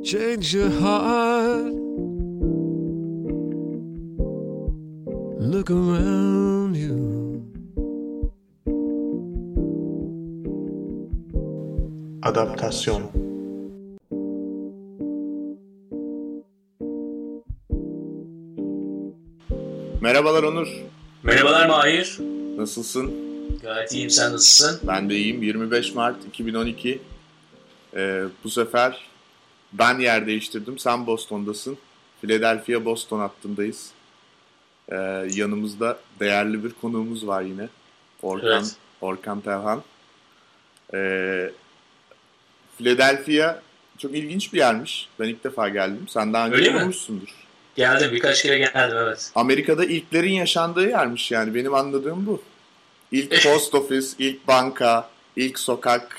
change your heart. Look around you. Adaptasyon. Merhabalar Onur. Merhabalar Mahir. Nasılsın? Gayet iyiyim, sen nasılsın? Ben de iyiyim. 25 Mart 2012. Bu sefer ben yer değiştirdim. Sen Boston'dasın. Philadelphia Boston hattındayız. Yanımızda değerli bir konuğumuz var yine. Orkan Telhan. Philadelphia çok ilginç bir yermiş. Ben ilk defa geldim. Sen daha önce görmüşsündür. Geldim, birkaç kere geldim, evet. Amerika'da ilklerin yaşandığı yermiş yani. Benim anladığım bu. İlk post office, ilk banka, ilk sokak.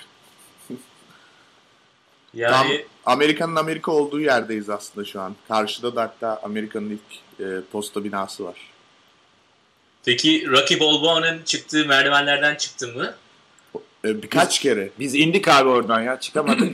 Yani Tam Amerika'nın Amerika olduğu yerdeyiz aslında şu an. Karşıda da hatta Amerika'nın ilk posta binası var. peki Rocky Balboa'nın çıktığı merdivenlerden çıktın mı? Birkaç kere. Biz indik abi oradan ya, çıkamadık.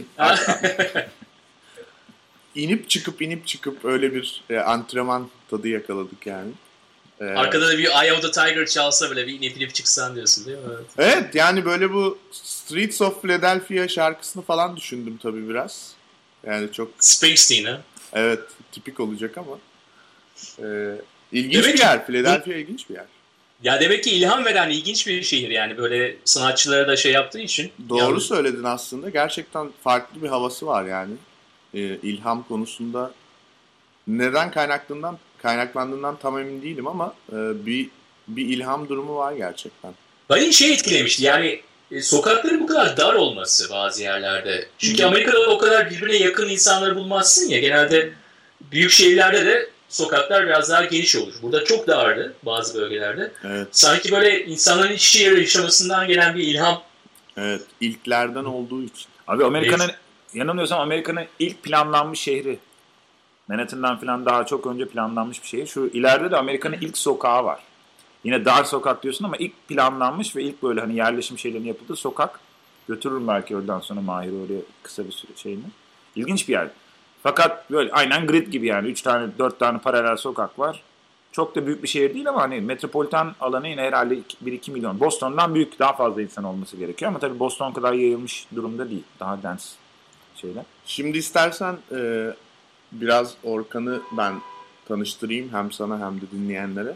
İnip çıkıp öyle bir antrenman tadı yakaladık yani. Arkada da bir Eye of the Tiger çalsa bile bir inip çıksan diyorsun değil mi? Evet yani böyle bu Streets of Philadelphia şarkısını falan düşündüm tabii biraz. Yani çok... Springsteen ha? Evet, tipik olacak ama. İlginç bir yer. Philadelphia ilginç bir yer. Ya demek ki ilham veren ilginç bir şehir yani, böyle sanatçılara da şey yaptığı için. Doğru söyledin aslında. Gerçekten farklı bir havası var yani. İlham konusunda neden kaynaklandığından tam emin değilim ama bir ilham durumu var gerçekten. Beni etkilemişti yani, sokakların bu kadar dar olması bazı yerlerde. Çünkü Amerika'da o kadar birbirine yakın insanları bulmazsın ya. Genelde büyük şehirlerde de sokaklar biraz daha geniş olur. Burada çok dardı bazı bölgelerde. Evet. Sanki böyle insanların iç şehir yaşamasından gelen bir ilham. Evet, ilklerden olduğu için. Abi Amerika'nın, yanılmıyorsam Amerika'nın ilk planlanmış şehri. Manhattan'dan falan daha çok önce planlanmış bir şehir. Şu ileride de Amerika'nın ilk sokağı var. Yine dar sokak diyorsun ama ilk planlanmış ve ilk böyle hani yerleşim şeylerinin yapıldığı sokak. Götürürüm belki oradan sonra Mahir oraya kısa bir süre şeyini. İlginç bir yer. Fakat böyle aynen grid gibi yani 3 tane 4 tane paralel sokak var. Çok da büyük bir şehir değil ama hani metropolitan alanı yine herhalde 1-2 milyon. Boston'dan büyük, daha fazla insan olması gerekiyor ama tabii Boston kadar yayılmış durumda değil. Daha dense şeyler. Şimdi istersen biraz Orkan'ı ben tanıştırayım hem sana hem de dinleyenlere.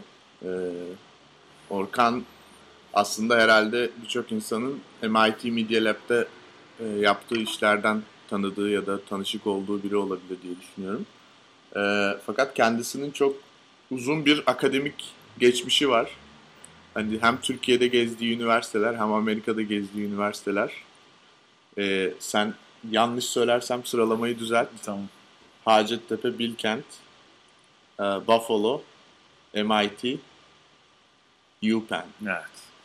Orkan aslında herhalde birçok insanın MIT Media Lab'de yaptığı işlerden tanıdığı ya da tanışık olduğu biri olabilir diye düşünüyorum. Fakat kendisinin çok uzun bir akademik geçmişi var. Hani hem Türkiye'de gezdiği üniversiteler hem Amerika'da gezdiği üniversiteler. Sen yanlış söylersem sıralamayı düzelt. Tamam. Hacettepe, Bilkent, Buffalo, MIT, UPenn. Evet.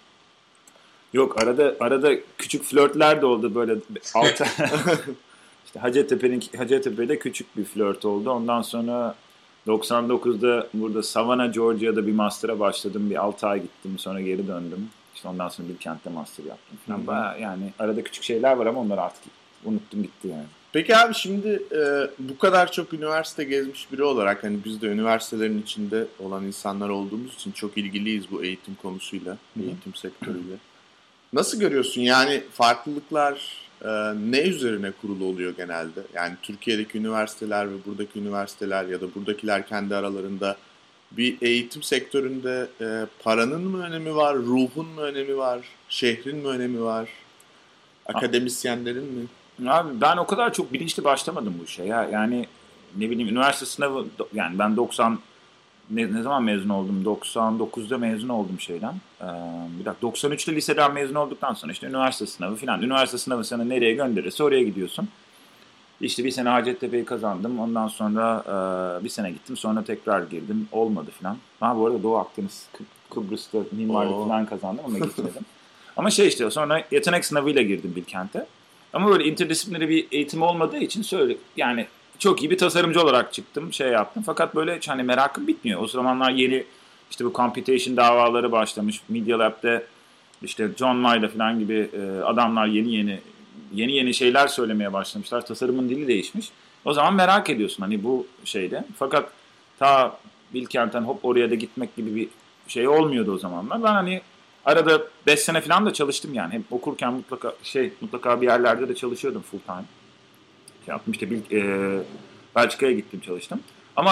Yok, arada küçük flörtler de oldu böyle altı. İşte Hacettepe'de küçük bir flört oldu. Ondan sonra 99'da burada Savannah, Georgia'da bir master'a başladım. Bir 6 ay gittim. Sonra geri döndüm. İşte ondan sonra Bilkent'te master yaptım falan. Bayağı yani arada küçük şeyler var ama onları artık unuttum gitti yani. Peki abi şimdi bu kadar çok üniversite gezmiş biri olarak hani biz de üniversitelerin içinde olan insanlar olduğumuz için çok ilgiliyiz bu eğitim konusuyla, eğitim sektörüyle. Nasıl görüyorsun? Yani farklılıklar ne üzerine kurulu oluyor genelde? Yani Türkiye'deki üniversiteler ve buradaki üniversiteler ya da buradakiler kendi aralarında bir eğitim sektöründe paranın mı önemi var, ruhun mu önemi var, şehrin mi önemi var, akademisyenlerin mi? Abi ben o kadar çok bilinçli başlamadım bu işe ya. Yani ne bileyim üniversite sınavı, yani ben 90 ne zaman mezun oldum? 99'da mezun oldum şeyden. Bir dakika 93'te liseden mezun olduktan sonra işte üniversite sınavı filan. Üniversite sınavı sana nereye gönderirse oraya gidiyorsun. İşte bir sene Hacettepe'yi kazandım. Ondan sonra bir sene gittim. Sonra tekrar girdim. Olmadı filan. Ha bu arada Doğu Akdeniz Kıbrıs'ta mimarlık filan kazandım ama gitmedim. Ama işte sonra yetenek sınavıyla girdim Bilkent'e. Ama böyle interdisipliner bir eğitim olmadığı için yani çok iyi bir tasarımcı olarak çıktım, yaptım. Fakat böyle hani merakım bitmiyor. O zamanlar yeni işte bu computation davaları başlamış. Media Lab'de işte John May'da falan gibi adamlar yeni yeni şeyler söylemeye başlamışlar. Tasarımın dili değişmiş. O zaman merak ediyorsun hani bu şeyde. Fakat ta Bilkent'ten hop oraya da gitmek gibi bir şey olmuyordu o zamanlar. Ben hani arada 5 sene falan da çalıştım yani. Hep okurken mutlaka bir yerlerde de çalışıyordum full time. Yaptım işte Belçika'ya gittim çalıştım. Ama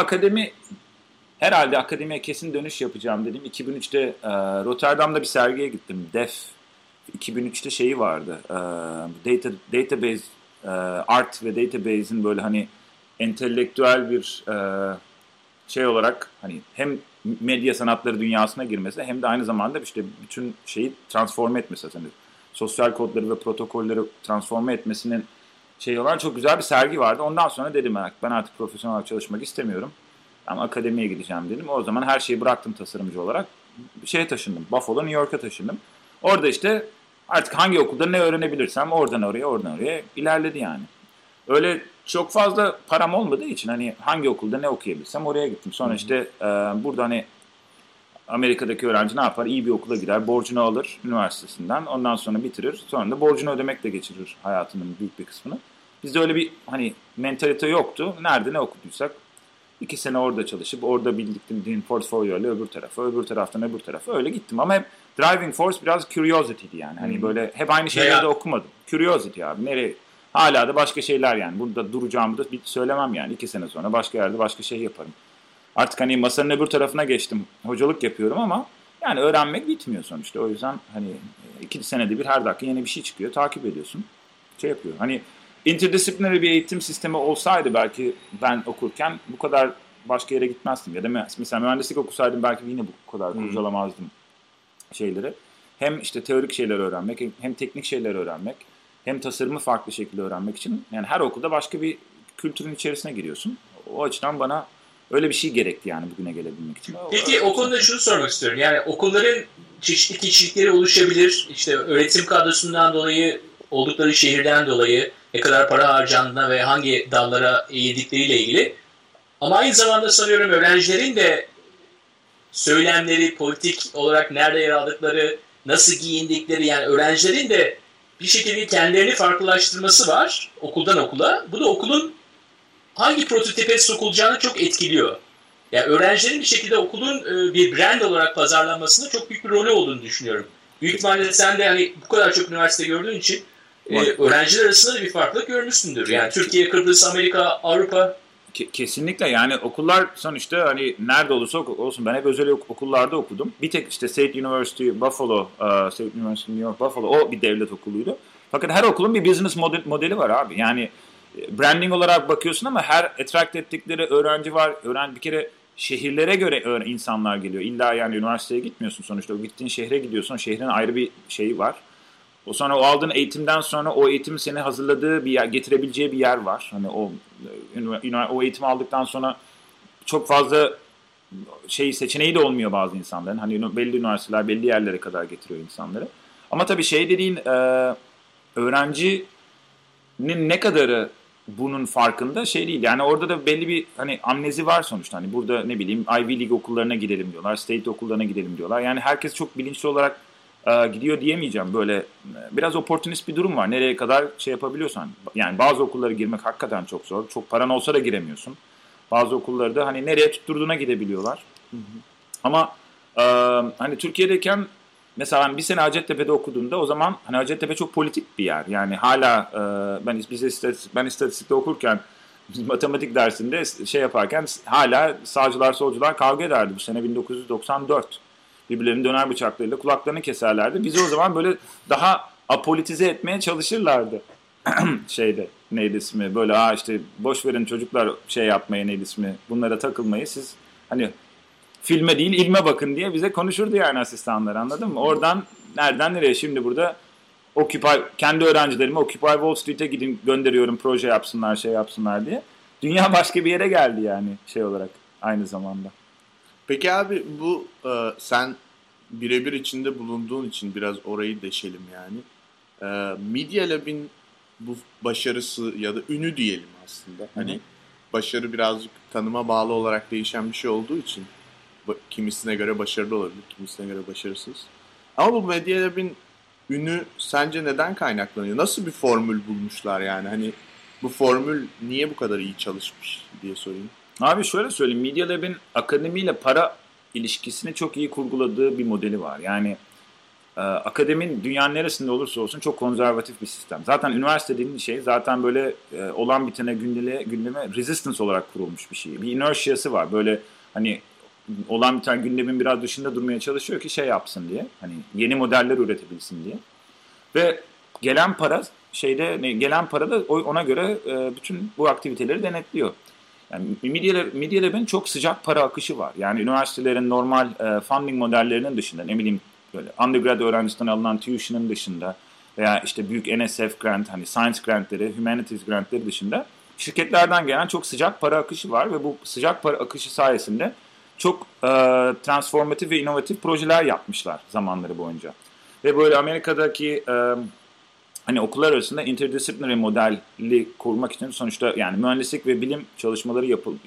herhalde akademiye kesin dönüş yapacağım dedim. 2003'te Rotterdam'da bir sergiye gittim. DEF 2003'te şeyi vardı. Database art ve database'in böyle hani entelektüel bir şey olarak hani hem medya sanatları dünyasına girmesi hem de aynı zamanda işte bütün şeyi transforme etmesi. Hani sosyal kodları ve protokolleri transforme etmesinin şey olan çok güzel bir sergi vardı. Ondan sonra dedim ben artık profesyonel olarak çalışmak istemiyorum. Ama akademiye gideceğim dedim. O zaman her şeyi bıraktım tasarımcı olarak. Şeye taşındım. Buffalo, New York'a taşındım. Orada işte artık hangi okulda ne öğrenebilirsem oradan oraya ilerledi yani. Öyle çok fazla param olmadığı için hani hangi okulda ne okuyabilirsem oraya gittim. Sonra işte burada hani Amerika'daki öğrenci ne yapar? İyi bir okula gider, borcunu alır üniversitesinden. Ondan sonra bitirir. Sonra da borcunu ödemekle geçirir hayatının büyük bir kısmını. Bizde öyle bir hani mentalite yoktu. Nerede ne okuduysak 2 sene orada çalışıp orada bildiktim portfolyoyla öbür taraftan öbür tarafa öyle gittim. Ama hep driving force biraz curiosity'di yani. Hani böyle hep aynı şeyleri de okumadım. Curiosity abi. Nereye? Hala da başka şeyler yani. Burada duracağımı da söylemem yani. 2 sene sonra başka yerde başka şey yaparım. Artık hani masanın öbür tarafına geçtim. Hocalık yapıyorum ama yani öğrenmek bitmiyor sonuçta. O yüzden hani 2 senede bir her dakika yeni bir şey çıkıyor. Takip ediyorsun. Şey yapıyor. Hani interdisciplinary bir eğitim sistemi olsaydı belki ben okurken bu kadar başka yere gitmezdim. Ya da mesela mühendislik okusaydım belki yine bu kadar kurcalamazdım şeyleri. Hem işte teorik şeyler öğrenmek, hem teknik şeyler öğrenmek, hem tasarımı farklı şekilde öğrenmek için. Yani her okulda başka bir kültürün içerisine giriyorsun. O açıdan bana öyle bir şey gerekti yani bugüne gelebilmek için. Peki o konuda şunu sormak istiyorum. Yani okulların çeşitli kişilikleri oluşabilir. İşte öğretim kadrosundan dolayı, oldukları şehirden dolayı ne kadar para harcandığına ve hangi dallara eğildikleriyle ilgili. Ama aynı zamanda sanıyorum öğrencilerin de söylemleri, politik olarak nerede yer aldıkları, nasıl giyindikleri, yani öğrencilerin de bir şekilde kendilerini farklılaştırması var okuldan okula. Bu da okulun hangi prototipe sokulacağını çok etkiliyor. Yani öğrencilerin bir şekilde okulun bir brand olarak pazarlanmasında çok büyük bir rolü olduğunu düşünüyorum. Büyük ihtimalle sen de hani bu kadar çok üniversite gördüğün için öğrenciler arasında da bir farklılık görmüşsündür. Yani Türkiye, Kıbrıs, Amerika, Avrupa. Kesinlikle yani okullar sonuçta hani nerede olursa olsun ben hep özel okullarda okudum. Bir tek işte State University Buffalo, State University New York Buffalo o bir devlet okuluydu. Fakat her okulun bir business modeli var abi. Yani branding olarak bakıyorsun ama her attract ettikleri öğrenci var. Bir kere şehirlere göre insanlar geliyor. İlla yani üniversiteye gitmiyorsun sonuçta. O gittiğin şehre gidiyorsun. Şehrin ayrı bir şeyi var. O sonra o aldığın eğitimden sonra o eğitim seni hazırladığı bir yer, getirebileceği bir yer var. Hani o eğitimi aldıktan sonra çok fazla seçeneği de olmuyor bazı insanların. Hani belli üniversiteler belli yerlere kadar getiriyor insanları. Ama tabii dediğin öğrencinin ne kadarı bunun farkında değil. Yani orada da belli bir hani amnezi var sonuçta. Hani burada ne bileyim Ivy League okullarına gidelim diyorlar. State okullarına gidelim diyorlar. Yani herkes çok bilinçli olarak gidiyor diyemeyeceğim. Böyle biraz opportunist bir durum var. Nereye kadar şey yapabiliyorsan. Yani bazı okullara girmek hakikaten çok zor. Çok paran olsa da giremiyorsun. Bazı okulları da hani nereye tutturduğuna gidebiliyorlar. Hı hı. Ama hani Türkiye'deyken mesela ben bir sene Hacettepe'de okuduğumda o zaman hani Hacettepe çok politik bir yer. Yani hala ben istatistikte okurken matematik dersinde şey yaparken hala sağcılar solcular kavga ederdi. Bu sene 1994. Birbirlerinin döner bıçaklarıyla kulaklarını keserlerdi. Bizi o zaman böyle daha apolitize etmeye çalışırlardı. Neydi ismi? Böyle işte boş verin çocuklar şey yapmaya neydi ismi? Bunlara takılmayı siz hani filme değil ilme bakın diye bize konuşurdu yani asistanlar, anladın mı? Oradan nereden nereye şimdi burada kendi öğrencilerimi Occupy Wall Street'e gidin gönderiyorum proje yapsınlar şey yapsınlar diye. Dünya başka bir yere geldi yani şey olarak aynı zamanda. Peki abi bu sen birebir içinde bulunduğun için biraz orayı deşelim yani. Media Lab'in bu başarısı ya da ünü diyelim aslında. Hani başarı birazcık tanıma bağlı olarak değişen bir şey olduğu için kimisine göre başarılı olabilir, kimisine göre başarısız. Ama bu Media Lab'in ünü sence neden kaynaklanıyor? Nasıl bir formül bulmuşlar yani? Hani bu formül niye bu kadar iyi çalışmış diye sorayım. Abi şöyle söyleyeyim. Media Lab'in akademiyle para ilişkisini çok iyi kurguladığı bir modeli var. Yani akademin dünyanın neresinde olursa olsun çok konservatif bir sistem. Zaten üniversite dediğin şey zaten böyle olan bitene gündeme resistance olarak kurulmuş bir şey. Bir inertiası var. Böyle hani olan biten gündemin biraz dışında durmaya çalışıyor ki şey yapsın diye. Hani yeni modeller üretebilsin diye. Ve gelen para da ona göre bütün bu aktiviteleri denetliyor. Yani Media Lab'in çok sıcak para akışı var. Yani üniversitelerin normal funding modellerinin dışında, ne bileyim böyle undergrad öğrencisinden alınan tuition'ın dışında veya işte büyük NSF grant, hani science grantları, humanities grantları dışında şirketlerden gelen çok sıcak para akışı var ve bu sıcak para akışı sayesinde çok transformatif ve inovatif projeler yapmışlar zamanları boyunca. Ve böyle Amerika'daki hani okullar arasında interdisciplinary modeli kurmak için sonuçta yani mühendislik ve bilim çalışmaları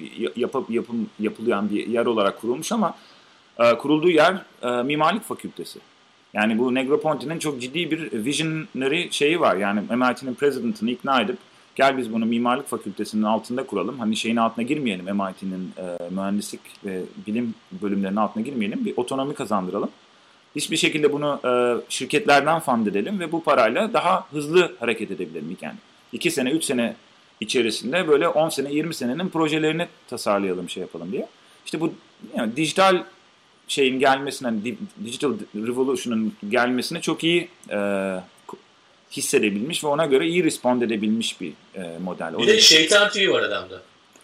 yapılan bir yer olarak kurulmuş ama kurulduğu yer mimarlık fakültesi. Yani bu Negroponte'nin çok ciddi bir visionary şeyi var. Yani MIT'nin president'ını ikna edip gel biz bunu mimarlık fakültesinin altında kuralım. Hani şeyin altına girmeyelim, MIT'nin mühendislik ve bilim bölümlerinin altına girmeyelim. Bir otonomi kazandıralım. Hiçbir şekilde bunu şirketlerden fund edelim ve bu parayla daha hızlı hareket edebilelim. Yani 2 sene, 3 sene içerisinde böyle 10 sene, 20 senenin projelerini tasarlayalım, şey yapalım diye. İşte bu yani dijital şeyin gelmesine, digital revolution'un gelmesine çok iyi hissedebilmiş ve ona göre iyi respond edebilmiş bir model. Bir de şeytan tüyü var adamda.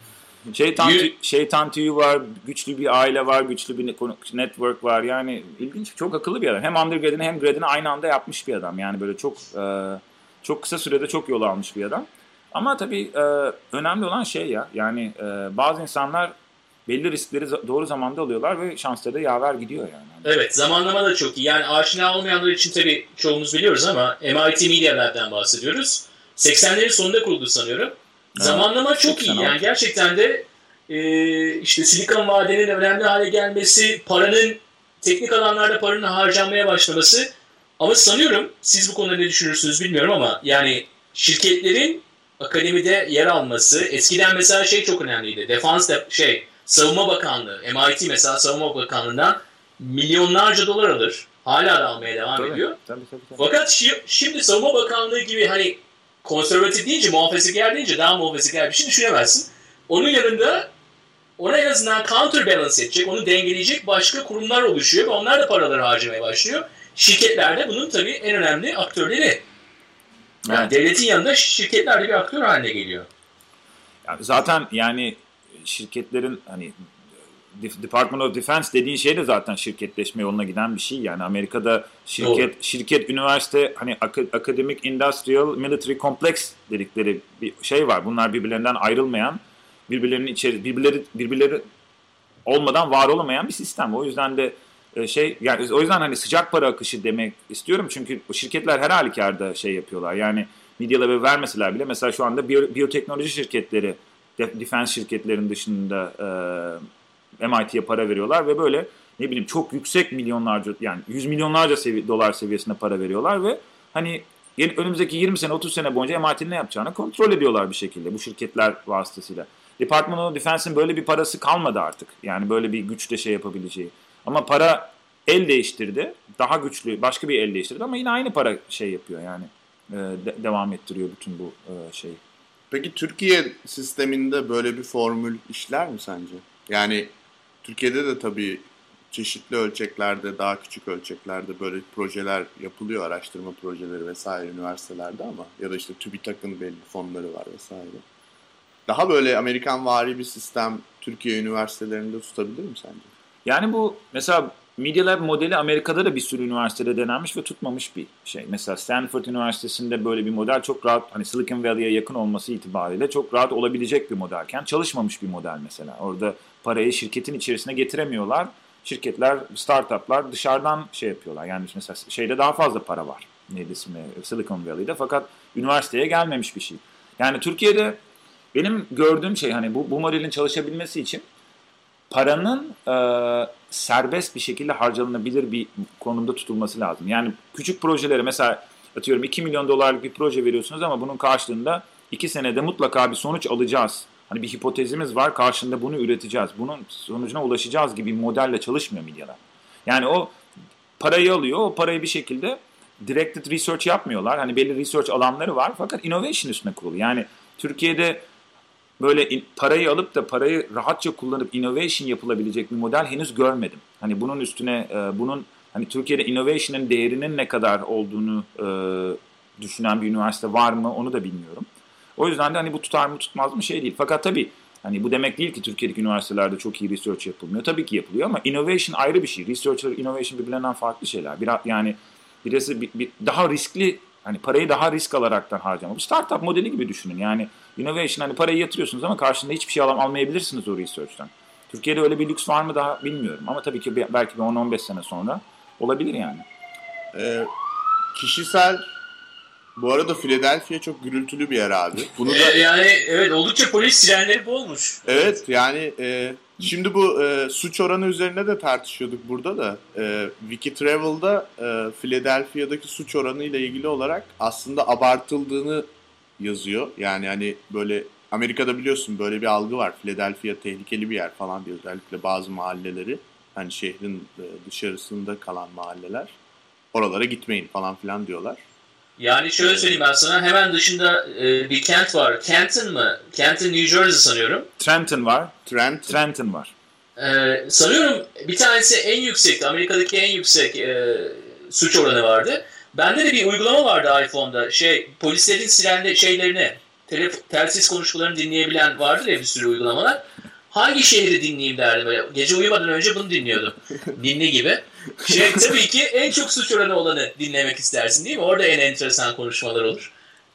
Şeytan tüyü var, güçlü bir aile var, güçlü bir network var. Yani ilginç, çok akıllı bir adam. Hem undergrad'ini hem grad'ini aynı anda yapmış bir adam. Yani böyle çok kısa sürede çok yol almış bir adam. Ama tabii önemli olan şey ya, yani bazı insanlar belli riskleri doğru zamanda alıyorlar ve şansları da yaver gidiyor yani. Evet, zamanlama da çok iyi. Yani aşina olmayanlar için tabii çoğumuz biliyoruz ama MIT Media Lab'den bahsediyoruz. 80'lerin sonunda kuruldu sanıyorum. Zamanlama çok iyi. Yani gerçekten de işte Silikon Vadisi'nin önemli hale gelmesi, teknik alanlarda paranın harcanmaya başlaması. Ama sanıyorum, siz bu konuda ne düşünürsünüz bilmiyorum ama yani şirketlerin akademide yer alması, eskiden mesela şey çok önemliydi. Savunma Bakanlığı, MIT mesela Savunma Bakanlığı'ndan milyonlarca dolar alır. Hala da almaya devam ediyor. Tabii. Fakat şimdi Savunma Bakanlığı gibi hani konservatif deyince, muhafazakar deyince daha muhafazakar bir şey düşünemezsin. Onun yanında ona en azından counterbalance edecek, onu dengeleyecek başka kurumlar oluşuyor ve onlar da paraları harcamaya başlıyor. Şirketler de bunun tabii en önemli aktörleri. Yani devletin yanında şirketler de bir aktör haline geliyor. Yani zaten yani şirketlerin hani Department of Defense dediğin şey de zaten şirketleşme yoluna giden bir şey. Yani Amerika'da şirket, üniversite, hani Academic, Industrial, Military Complex dedikleri bir şey var. Bunlar birbirlerinden ayrılmayan, birbirleri olmadan var olamayan bir sistem. O yüzden de yani o yüzden hani sıcak para akışı demek istiyorum. Çünkü şirketler her halükarda şey yapıyorlar. Yani Media Lab'e vermeseler bile mesela şu anda biyoteknoloji şirketleri, defense şirketlerin dışında MIT'ye para veriyorlar ve böyle ne bileyim çok yüksek milyonlarca, yani 100 milyonlarca dolar seviyesinde para veriyorlar ve hani önümüzdeki 20 sene 30 sene boyunca MIT'nin ne yapacağını kontrol ediyorlar bir şekilde bu şirketler vasıtasıyla. Department of Defense'in böyle bir parası kalmadı artık. Yani böyle bir güçle şey yapabileceği. Ama para el değiştirdi. Daha güçlü başka bir el değiştirdi ama yine aynı para şey yapıyor yani. Devam ettiriyor bütün bu şeyi. Peki Türkiye sisteminde böyle bir formül işler mi sence? Yani Türkiye'de de tabii çeşitli ölçeklerde, daha küçük ölçeklerde böyle projeler yapılıyor, araştırma projeleri vesaire üniversitelerde ama ya da işte TÜBİTAK'ın belli fonları var vesaire. Daha böyle Amerikanvari bir sistem Türkiye üniversitelerinde tutabilir mi sence? Yani bu mesela Media Lab modeli Amerika'da da bir sürü üniversitede denenmiş ve tutmamış bir şey. Mesela Stanford Üniversitesi'nde böyle bir model çok rahat, hani Silicon Valley'e yakın olması itibariyle çok rahat olabilecek bir modelken çalışmamış bir model mesela. Orada parayı şirketin içerisine getiremiyorlar. Şirketler, startuplar dışarıdan şey yapıyorlar. Yani mesela şeyde daha fazla para var. Neydi ismi? Silicon Valley'de, fakat üniversiteye gelmemiş bir şey. Yani Türkiye'de benim gördüğüm şey hani bu modelin çalışabilmesi için paranın serbest bir şekilde harcanabilir bir konumda tutulması lazım. Yani küçük projelere mesela atıyorum 2 milyon dolarlık bir proje veriyorsunuz ama bunun karşılığında 2 senede mutlaka bir sonuç alacağız. Hani bir hipotezimiz var, karşında bunu üreteceğiz. Bunun sonucuna ulaşacağız gibi bir modelle çalışmıyor medyalar. Yani o parayı alıyor, o parayı bir şekilde directed research yapmıyorlar. Hani belli research alanları var fakat innovation üstüne kurulu. Yani Türkiye'de böyle parayı alıp da parayı rahatça kullanıp innovation yapılabilecek bir model henüz görmedim. Hani bunun üstüne bunun hani Türkiye'de innovation'ın değerinin ne kadar olduğunu düşünen bir üniversite var mı onu da bilmiyorum. O yüzden de hani bu tutar mı tutmaz mı şey değil. Fakat tabii hani bu demek değil ki Türkiye'deki üniversitelerde çok iyi research yapılmıyor. Tabii ki yapılıyor ama innovation ayrı bir şey. Research ile innovation birbirlerinden farklı şeyler. Yani birisi daha riskli, hani parayı daha risk alaraktan harcama. Bu startup modeli gibi düşünün. Yani innovation hani parayı yatırıyorsunuz ama karşında hiçbir şey almayabilirsiniz o research'tan. Türkiye'de öyle bir lüks var mı daha bilmiyorum. Ama tabii ki belki bir 10-15 sene sonra olabilir yani. Kişisel, bu arada Philadelphia çok gürültülü bir yer abi. Bunu da yani evet, oldukça polis sirenleri bolmuş. Evet yani şimdi bu suç oranı üzerine de tartışıyorduk burada da. Wikitravel'da Philadelphia'daki suç oranı ile ilgili olarak aslında abartıldığını yazıyor. Yani hani böyle Amerika'da biliyorsun böyle bir algı var. Philadelphia tehlikeli bir yer falan diyor. Özellikle bazı mahalleleri, hani şehrin dışarısında kalan mahalleler. Oralara gitmeyin falan filan diyorlar. Yani şöyle söyleyeyim ben sana, hemen dışında bir kent var. Canton mı? Canton, New Jersey sanıyorum. Trenton var. Trenton var. Sanıyorum bir tanesi en yüksek, Amerika'daki en yüksek suç oranı vardı. Bende de bir uygulama vardı iPhone'da. Polislerin sirenli şeylerini, telsiz konuşmalarını dinleyebilen vardır ya bir sürü uygulamalar. Hangi şehri dinleyeyim derdim böyle. Gece uyumadan önce bunu dinliyordum. Ninni gibi. Tabii ki en çok suç oranı olanı dinlemek istersin değil mi? Orada en enteresan konuşmalar olur.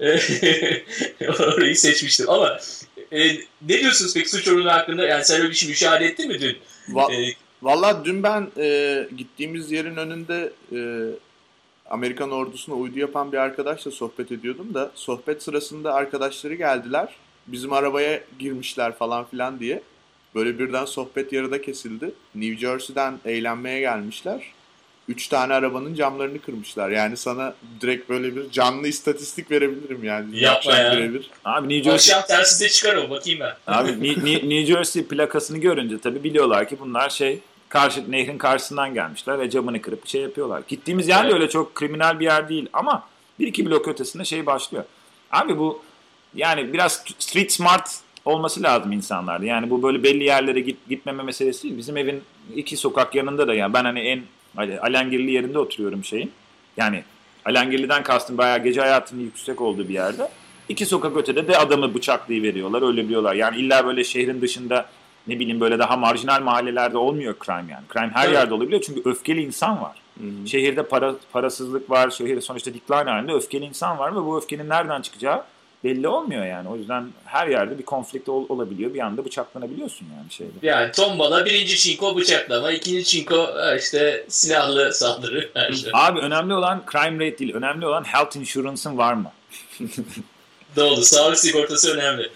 Orayı seçmiştim ama ne diyorsunuz peki suç oranı hakkında? Yani sen öyle bir şey müşahede ettin mi dün? Vallahi dün ben gittiğimiz yerin önünde Amerikan ordusuna uydu yapan bir arkadaşla sohbet ediyordum da sohbet sırasında arkadaşları geldiler. Bizim arabaya girmişler falan filan diye. Böyle birden sohbet yarıda kesildi. New Jersey'den eğlenmeye gelmişler. 3 tane arabanın camlarını kırmışlar. Yani sana direkt böyle bir canlı istatistik verebilirim yani. Yapma ya. Birebir. Abi New Jersey... Akşam tersinde çıkar o, bakayım ben. Abi New Jersey plakasını görünce tabii biliyorlar ki bunlar nehrin karşısından gelmişler ve camını kırıp yapıyorlar. Gittiğimiz yer de öyle çok kriminal bir yer değil ama 1-2 blok ötesinde başlıyor. Abi bu yani biraz street smart olması lazım insanlarda. Yani bu böyle belli yerlere gitmeme meselesi değil. Bizim evin 2 sokak yanında da yani ben hani en Alengirli yerinde oturuyorum şeyin. Yani Alengirli'den kastım bayağı gece hayatının yüksek olduğu bir yerde. 2 sokak ötede de adamı bıçaklayıveriyorlar, öldürüyorlar. Yani illa böyle şehrin dışında ne bileyim böyle daha marjinal mahallelerde olmuyor crime yani. Crime her yerde olabiliyor çünkü öfkeli insan var. Hı-hı. Şehirde parasızlık var, şehirde sonuçta decline halinde öfkeli insan var ve bu öfkenin nereden çıkacağı belli olmuyor yani. O yüzden her yerde bir konflikt olabiliyor. Bir anda bıçaklanabiliyorsun yani şeyde. Yani tombala, birinci çinko bıçaklama, ikinci çinko silahlı saldırı. Her şey. Abi önemli olan crime rate değil. Önemli olan health insurance'ın var mı? Doğru. Sağlık sigortası önemli.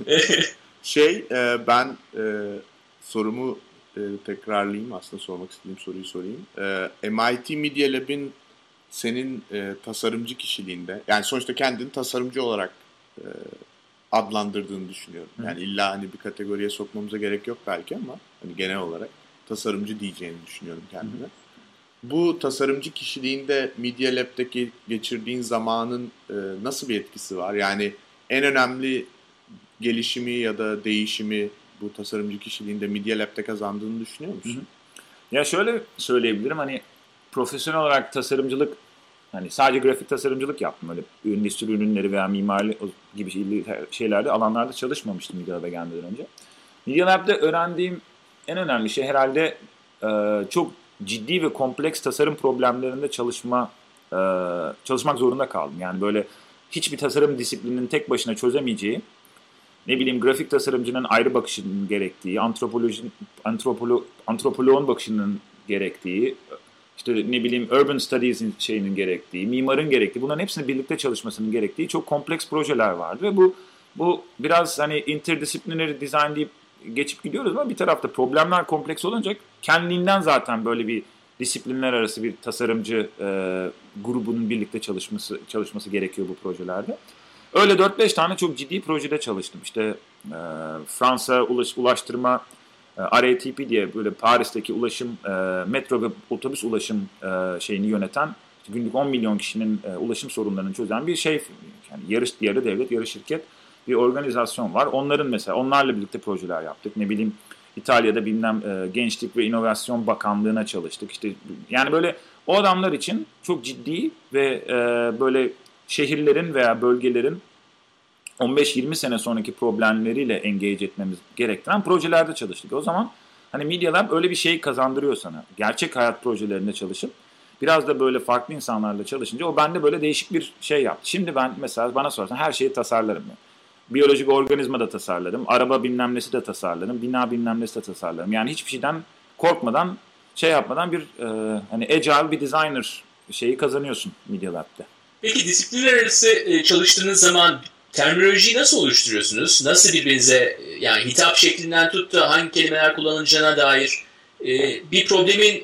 Ben sorumu tekrarlayayım. Aslında sormak istediğim soruyu sorayım. MIT Media Lab'in senin tasarımcı kişiliğinde, yani sonuçta kendini tasarımcı olarak adlandırdığını düşünüyorum. Yani illa hani bir kategoriye sokmamıza gerek yok belki ama hani genel olarak tasarımcı diyeceğini düşünüyorum kendime. Bu tasarımcı kişiliğinde Media Lab'deki geçirdiğin zamanın nasıl bir etkisi var? Yani en önemli gelişimi ya da değişimi bu tasarımcı kişiliğinde Media Lab'de kazandığını düşünüyor musun? Ya şöyle söyleyebilirim, hani profesyonel olarak tasarımcılık, hani sadece grafik tasarımcılık yaptım. Öyle endüstri ürünleri veya mimari gibi şeylerde, alanlarda çalışmamıştım Media Lab'e gelmeden önce. Media Lab'de öğrendiğim en önemli şey herhalde çok ciddi ve kompleks tasarım problemlerinde çalışmak zorunda kaldım. Yani böyle hiçbir tasarım disiplininin tek başına çözemeyeceği, ne bileyim grafik tasarımcının ayrı bakışının gerektiği, antropoloğun bakışının gerektiği, işte ne bileyim urban studies'in şeyinin gerektiği, mimarın gerektiği, bunların hepsinin birlikte çalışmasının gerektiği çok kompleks projeler vardı ve bu biraz hani interdisciplinary design deyip geçip gidiyoruz ama bir tarafta problemler kompleks olunca kendiliğinden zaten böyle bir disiplinler arası bir tasarımcı grubunun birlikte çalışması gerekiyor bu projelerde. Öyle 4-5 tane çok ciddi projede çalıştım. İşte Fransa Ulaştırma RATP diye böyle Paris'teki ulaşım, metro ve otobüs ulaşım şeyini yöneten, günlük 10 milyon kişinin ulaşım sorunlarını çözen bir şey. Yani yarı devlet, yarı şirket bir organizasyon var. Onlarla birlikte projeler yaptık. Ne bileyim İtalya'da Gençlik ve İnovasyon Bakanlığı'na çalıştık. İşte yani böyle o adamlar için çok ciddi ve böyle şehirlerin veya bölgelerin 15-20 sene sonraki problemleriyle engage etmemiz gerektiren projelerde çalıştık. O zaman hani Media Lab öyle bir şey kazandırıyor sana. Gerçek hayat projelerinde çalışıp biraz da böyle farklı insanlarla çalışınca o bende böyle değişik bir şey yaptı. Şimdi ben mesela bana sorarsan her şeyi tasarlarım. Yani. Biyolojik organizma da tasarlarım, araba bilmem nesi de tasarlarım, bina bilmem nesi de tasarlarım. Yani hiçbir şeyden korkmadan, şey yapmadan bir hani agile bir designer şeyi kazanıyorsun Media Lab'de. Peki disiplinler arası çalıştığınız zaman terminolojiyi nasıl oluşturuyorsunuz? Nasıl birbirinize yani hitap şeklinden tut da hangi kelimeler kullanılacağına dair bir problemin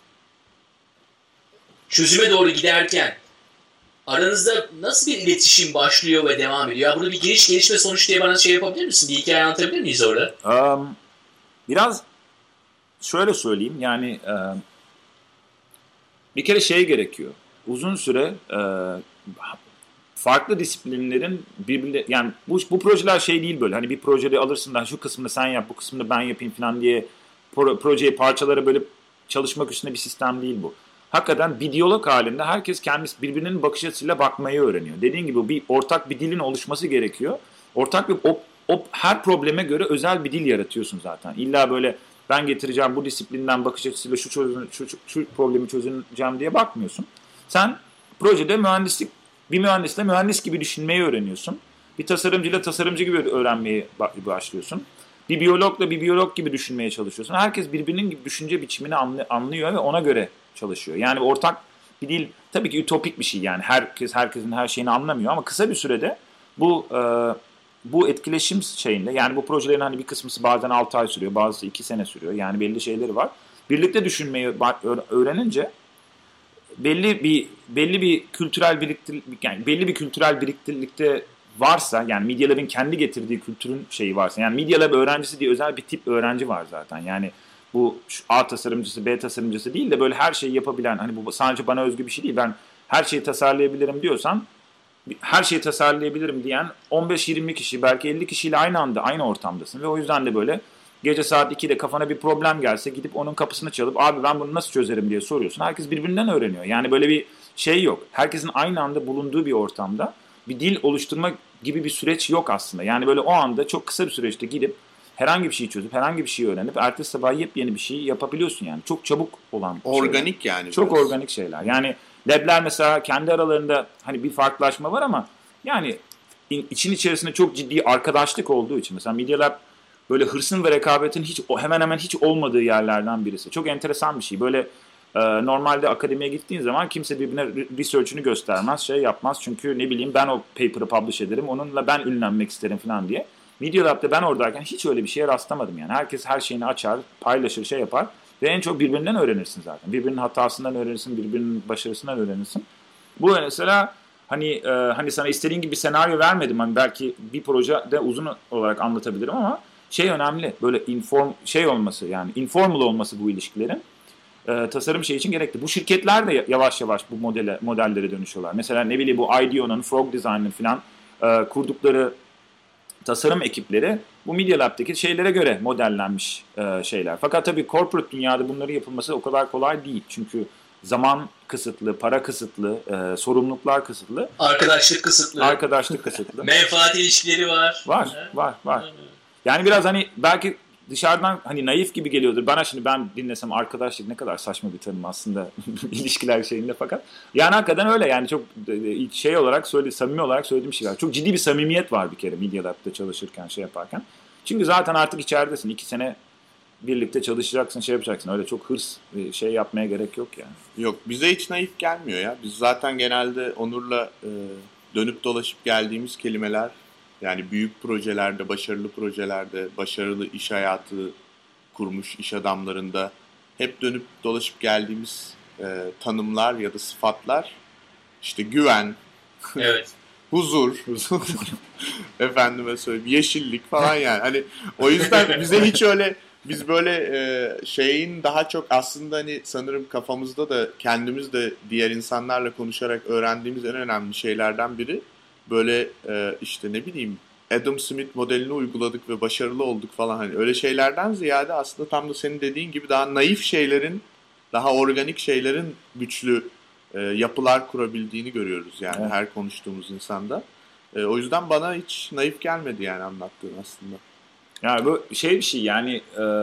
çözüme doğru giderken aranızda nasıl bir iletişim başlıyor ve devam ediyor? Burada bir giriş gelişme sonuç diye bana şey yapabilir misin? Bir hikaye anlatabilir miyiz orada? Biraz şöyle söyleyeyim yani bir kere şey gerekiyor. Uzun süre farklı disiplinlerin birbirine yani bu projeler şey değil böyle hani bir projede alırsın da şu kısmını sen yap bu kısmını ben yapayım falan diye projeyi parçalara bölüp çalışmak üstüne bir sistem değil bu. Hakikaten bir diyalog halinde herkes kendisi birbirinin bakış açısıyla bakmayı öğreniyor. Dediğin gibi ortak bir dilin oluşması gerekiyor. Ortak bir her probleme göre özel bir dil yaratıyorsun zaten. İlla böyle ben getireceğim bu disiplinden bakış açısıyla şu problemi çözeceğim diye bakmıyorsun. Sen projede bir mühendisle mühendis gibi düşünmeyi öğreniyorsun. Bir tasarımcıyla tasarımcı gibi öğrenmeye başlıyorsun. Bir biyologla bir biyolog gibi düşünmeye çalışıyorsun. Herkes birbirinin gibi düşünce biçimini anlıyor ve ona göre çalışıyor. Yani ortak bir dil tabii ki ütopik bir şey yani herkesin her şeyini anlamıyor ama kısa bir sürede bu etkileşim şeyinde yani bu projelerin hani bir kısmısı bazen 6 ay sürüyor, bazısı 2 sene sürüyor. Yani belli şeyleri var. Birlikte düşünmeyi öğrenince belli bir kültürel biriktirlikte varsa yani Media Lab'in kendi getirdiği kültürün şeyi varsa yani Media Lab öğrencisi diye özel bir tip öğrenci var zaten. Yani bu A tasarımcısı, B tasarımcısı değil de böyle her şeyi yapabilen hani bu sadece bana özgü bir şey değil. Ben her şeyi tasarlayabilirim diyorsan her şeyi tasarlayabilirim diyen 15-20 kişi belki 50 kişiyle aynı anda aynı ortamdasın ve o yüzden de böyle gece saat 2'de kafana bir problem gelse gidip onun kapısını çalıp abi ben bunu nasıl çözerim diye soruyorsun. Herkes birbirinden öğreniyor. Yani böyle bir şey yok. Herkesin aynı anda bulunduğu bir ortamda bir dil oluşturma gibi bir süreç yok aslında. Yani böyle o anda çok kısa bir süreçte gidip herhangi bir şeyi çözüp herhangi bir şeyi öğrenip ertesi sabah yepyeni bir şey yapabiliyorsun yani. Çok çabuk olan organik şeyler. Yani. Çok biraz. Organik şeyler. Yani labler mesela kendi aralarında hani bir farklılaşma var ama yani için içerisinde çok ciddi arkadaşlık olduğu için mesela Media Lab böyle hırsın ve rekabetin hemen hemen hiç olmadığı yerlerden birisi. Çok enteresan bir şey. Böyle normalde akademiye gittiğin zaman kimse birbirine research'ünü göstermez, şey yapmaz. Çünkü ne bileyim ben o paper'ı publish ederim, onunla ben ünlenmek isterim falan diye. Media Lab'de ben oradayken hiç öyle bir şeye rastlamadım yani. Herkes her şeyini açar, paylaşır, şey yapar ve en çok birbirinden öğrenirsin zaten. Birbirinin hatasından öğrenirsin, birbirinin başarısından öğrenirsin. Bu mesela hani sana istediğin gibi bir senaryo vermedim. Hani belki bir projede uzun olarak anlatabilirim ama şey önemli. Böyle olması yani informal olması bu ilişkilerin tasarım şey için gerekli. Bu şirketler de yavaş yavaş bu modellere dönüşüyorlar. Mesela ne bileyim bu IDEO'nun, Frog Design'ın falan kurdukları tasarım ekipleri bu Media Lab'deki şeylere göre modellenmiş şeyler. Fakat tabii corporate dünyada bunların yapılması o kadar kolay değil. Çünkü zaman kısıtlı, para kısıtlı, sorumluluklar kısıtlı. Arkadaşlık kısıtlı. Menfaat ilişkileri var. Var. Yani biraz hani belki dışarıdan hani naif gibi geliyordur. Ben dinlesem arkadaşlık ne kadar saçma bir tanım aslında ilişkiler şeyinde fakat. Yani hakikaten öyle yani çok şey olarak samimi olarak söylediğim şeyler. Çok ciddi bir samimiyet var bir kere Media Lab'da çalışırken şey yaparken. Çünkü zaten artık içeridesin. 2 sene birlikte çalışacaksın, şey yapacaksın. Öyle çok hırs şey yapmaya gerek yok yani. Yok bize hiç naif gelmiyor ya. Biz zaten genelde Onur'la dönüp dolaşıp geldiğimiz kelimeler Yani büyük projelerde, başarılı projelerde, başarılı iş hayatı kurmuş iş adamlarında hep dönüp dolaşıp geldiğimiz tanımlar ya da sıfatlar işte güven, Evet. huzur, efendime söyleyeyim, yeşillik falan yani. Hani o yüzden bize hiç öyle biz böyle şeyin daha çok aslında hani sanırım kafamızda da kendimiz de diğer insanlarla konuşarak öğrendiğimiz en önemli şeylerden biri böyle işte ne bileyim Adam Smith modelini uyguladık ve başarılı olduk falan hani öyle şeylerden ziyade aslında tam da senin dediğin gibi daha naif şeylerin, daha organik şeylerin güçlü yapılar kurabildiğini görüyoruz yani Evet. her konuştuğumuz insanda. O yüzden bana hiç naif gelmedi yani anlattığın aslında. Yani bu şey bir şey yani,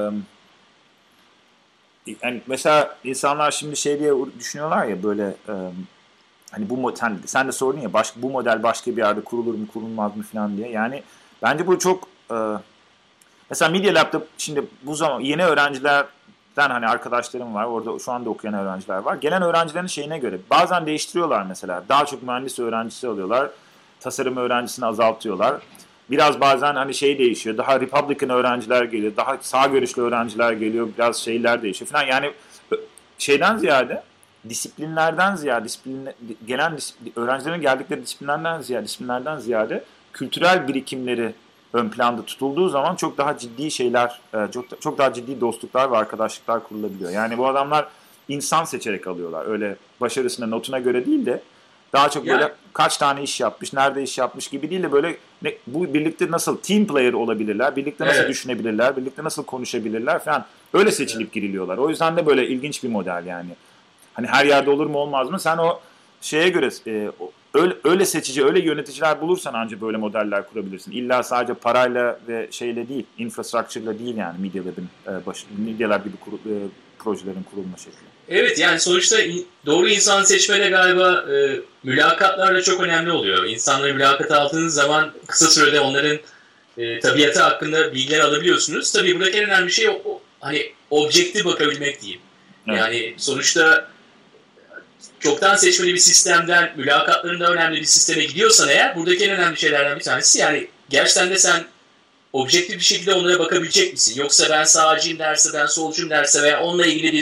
yani mesela insanlar şimdi şey diye düşünüyorlar ya böyle, hani bu sen de sordun ya bu model başka bir yerde kurulur mu kurulmaz mı falan diye. Yani bence bu çok mesela Media Lab'da şimdi bu zaman yeni öğrencilerden hani arkadaşlarım var orada şu anda okuyan öğrenciler var. Gelen öğrencilerin şeyine göre bazen değiştiriyorlar mesela. Daha çok mühendis öğrencisi alıyorlar. Tasarım öğrencisini azaltıyorlar. Biraz bazen hani şey değişiyor. Daha Republican öğrenciler geliyor. Daha sağ görüşlü öğrenciler geliyor. Biraz şeyler değişiyor falan. Yani şeyden ziyade disiplinlerden ziyade öğrencilerin geldikleri disiplinlerden ziyade kültürel birikimleri ön planda tutulduğu zaman çok daha ciddi şeyler, çok daha ciddi dostluklar ve arkadaşlıklar kurulabiliyor. Yani bu adamlar insan seçerek alıyorlar. Öyle başarısına, notuna göre değil de daha çok böyle kaç tane iş yapmış, nerede iş yapmış gibi değil de böyle bu birlikte nasıl team player olabilirler, birlikte nasıl düşünebilirler, birlikte nasıl konuşabilirler falan. Öyle seçilip giriliyorlar. O yüzden de böyle ilginç bir model yani. Hani her yerde olur mu olmaz mı? Sen o şeye göre öyle seçici, öyle yöneticiler bulursan ancak böyle modeller kurabilirsin. İlla sadece parayla ve şeyle değil, infrastructure'la değil yani Media Lab gibi projelerin kurulma şekli. Evet yani sonuçta doğru insan seçmede galiba mülakatlar da çok önemli oluyor. İnsanları mülakata aldığınız zaman kısa sürede onların tabiatı hakkında bilgiler alabiliyorsunuz. Tabii buradaki en önemli şey hani objektif bakabilmek diyeyim. Evet. Yani sonuçta çoktan seçmeli bir sistemden mülakatların da önemli bir sisteme gidiyorsan eğer buradaki en önemli şeylerden bir tanesi yani gerçekten de sen objektif bir şekilde onlara bakabilecek misin? Yoksa ben sağcıyım derse, ben solcuyum derse veya onunla ilgili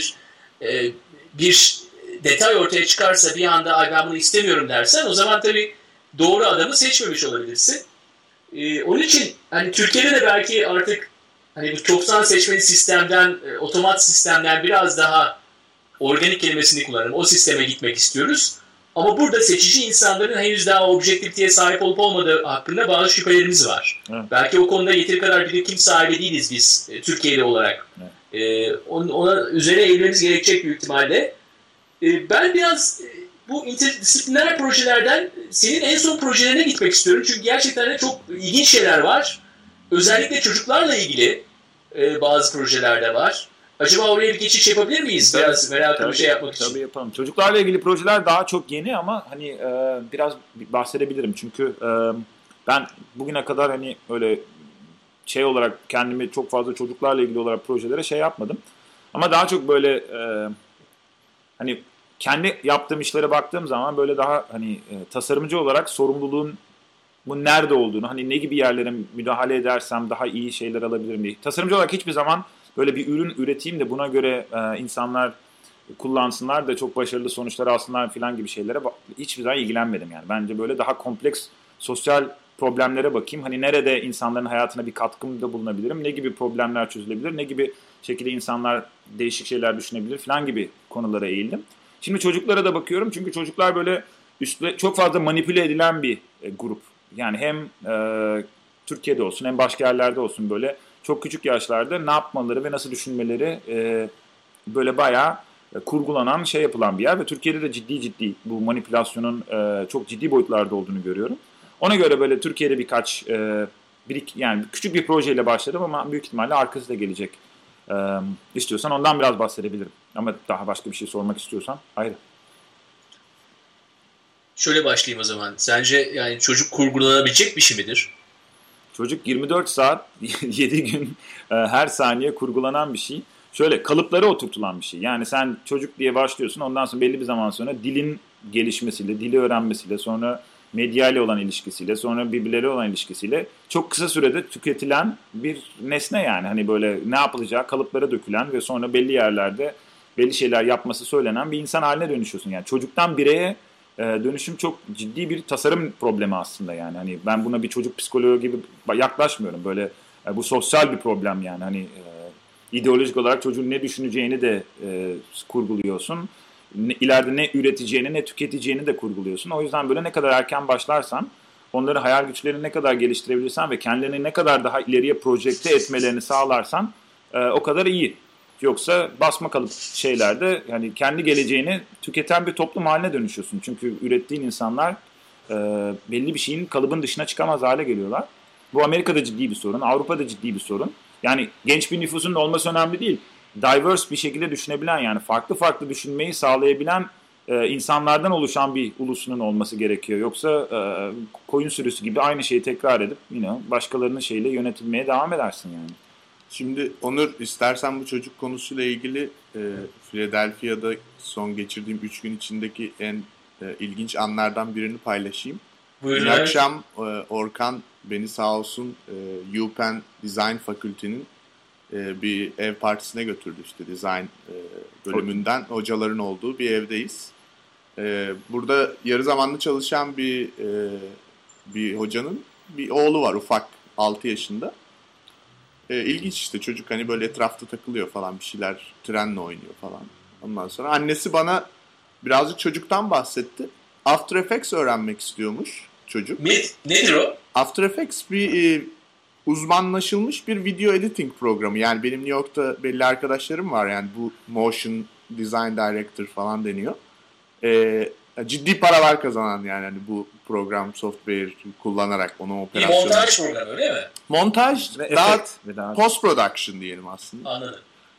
bir detay ortaya çıkarsa bir anda ay ben bunu istemiyorum dersen o zaman tabii doğru adamı seçmemiş olabilirsin. Onun için hani Türkiye'de de belki artık hani bu çoktan seçmeli sistemden, otomat sistemden biraz daha organik kelimesini kullanalım. O sisteme gitmek istiyoruz. Ama burada seçici insanların henüz daha objektifliğe sahip olup olmadığı hakkında bazı şüphelerimiz var. Evet. Belki o konuda yeteri kadar birikim sahibi değiliz biz Türkiye'li olarak. Evet. Ona üzerine eğilmemiz gerekecek büyük ihtimalle. Ben biraz bu interdisipliner projelerden senin en son projelerine gitmek istiyorum. Çünkü gerçekten de çok ilginç şeyler var. Özellikle çocuklarla ilgili bazı projelerde var. Acaba oraya bir geçiş yapabilir miyiz? Biraz meraklı bir şey yapmak için. Tabii yapalım. Çocuklarla ilgili projeler daha çok yeni ama hani biraz bahsedebilirim. Çünkü ben bugüne kadar hani öyle şey olarak kendimi çok fazla çocuklarla ilgili olarak projelere şey yapmadım. Ama daha çok böyle hani kendi yaptığım işlere baktığım zaman böyle daha hani tasarımcı olarak sorumluluğun bu nerede olduğunu, hani ne gibi yerlere müdahale edersem daha iyi şeyler alabilirim diye. Tasarımcı olarak hiçbir zaman böyle bir ürün üreteyim de buna göre insanlar kullansınlar da çok başarılı sonuçlar alsınlar falan gibi şeylere hiçbir zaman ilgilenmedim yani. Bence böyle daha kompleks sosyal problemlere bakayım. Hani nerede insanların hayatına bir katkımda bulunabilirim, ne gibi problemler çözülebilir, ne gibi şekilde insanlar değişik şeyler düşünebilir falan gibi konulara eğildim. Şimdi çocuklara da bakıyorum çünkü çocuklar böyle çok fazla manipüle edilen bir grup. Yani hem Türkiye'de olsun hem başka yerlerde olsun böyle çok küçük yaşlarda ne yapmaları ve nasıl düşünmeleri böyle bayağı kurgulanan şey yapılan bir yer. Ve Türkiye'de de ciddi bu manipülasyonun çok ciddi boyutlarda olduğunu görüyorum. Ona göre böyle Türkiye'de birkaç yani küçük bir projeyle başladım ama büyük ihtimalle arkası da gelecek. İstiyorsan ondan biraz bahsedebilirim. Ama daha başka bir şey sormak istiyorsan ayrı. Şöyle başlayayım o zaman. Sence yani çocuk kurgulanabilecek bir şey midir? Çocuk 24 saat 7 gün her saniye kurgulanan bir şey. Şöyle kalıplara oturtulan bir şey. Yani sen çocuk diye başlıyorsun ondan sonra belli bir zaman sonra dilin gelişmesiyle, dili öğrenmesiyle sonra medyayla olan ilişkisiyle, sonra birbirleriyle olan ilişkisiyle çok kısa sürede tüketilen bir nesne yani. Hani böyle ne yapılacağı kalıplara dökülen ve sonra belli yerlerde belli şeyler yapması söylenen bir insan haline dönüşüyorsun. Yani çocuktan bireye dönüşüm çok ciddi bir tasarım problemi aslında yani. Hani ben buna bir çocuk psikoloğu gibi yaklaşmıyorum. Böyle bu sosyal bir problem yani. Hani ideolojik olarak çocuğun ne düşüneceğini de kurguluyorsun. İleride ne üreteceğini ne tüketeceğini de kurguluyorsun. O yüzden böyle ne kadar erken başlarsan, onları hayal güçlerini ne kadar geliştirebilirsen ve kendilerini ne kadar daha ileriye projekte etmelerini sağlarsan o kadar iyi. Yoksa basma kalıp şeylerde yani kendi geleceğini tüketen bir toplum haline dönüşüyorsun. Çünkü ürettiğin insanlar belli bir şeyin kalıbın dışına çıkamaz hale geliyorlar. Bu Amerika'da ciddi bir sorun, Avrupa'da ciddi bir sorun. Yani genç bir nüfusun da olması önemli değil. Diverse bir şekilde düşünebilen yani farklı farklı düşünmeyi sağlayabilen insanlardan oluşan bir ulusunun olması gerekiyor. Yoksa koyun sürüsü gibi aynı şeyi tekrar edip başkalarının şeyle yönetilmeye devam edersin yani. Şimdi Onur, istersen bu çocuk konusuyla ilgili Philadelphia'da son geçirdiğim 3 gün içindeki en ilginç anlardan birini paylaşayım. Buyurun. Dün akşam Orkan beni sağ olsun UPenn Design Fakültenin bir ev partisine götürdü, işte design bölümünden hocaların olduğu bir evdeyiz. Burada yarı zamanlı çalışan bir hocanın bir oğlu var, ufak, 6 yaşında. İlginç işte çocuk, hani böyle etrafta takılıyor falan, bir şeyler trenle oynuyor falan. Ondan sonra annesi bana birazcık çocuktan bahsetti. After Effects öğrenmek istiyormuş çocuk. Nedir o? After Effects bir uzmanlaşılmış bir video editing programı. Yani benim New York'ta belli arkadaşlarım var, yani bu motion design director falan deniyor. Ciddi paralar kazanan yani hani bu program software kullanarak onu operasyonu. Bir montaj programı öyle mi? Montaj Ve daha post production diyelim aslında. Anladım.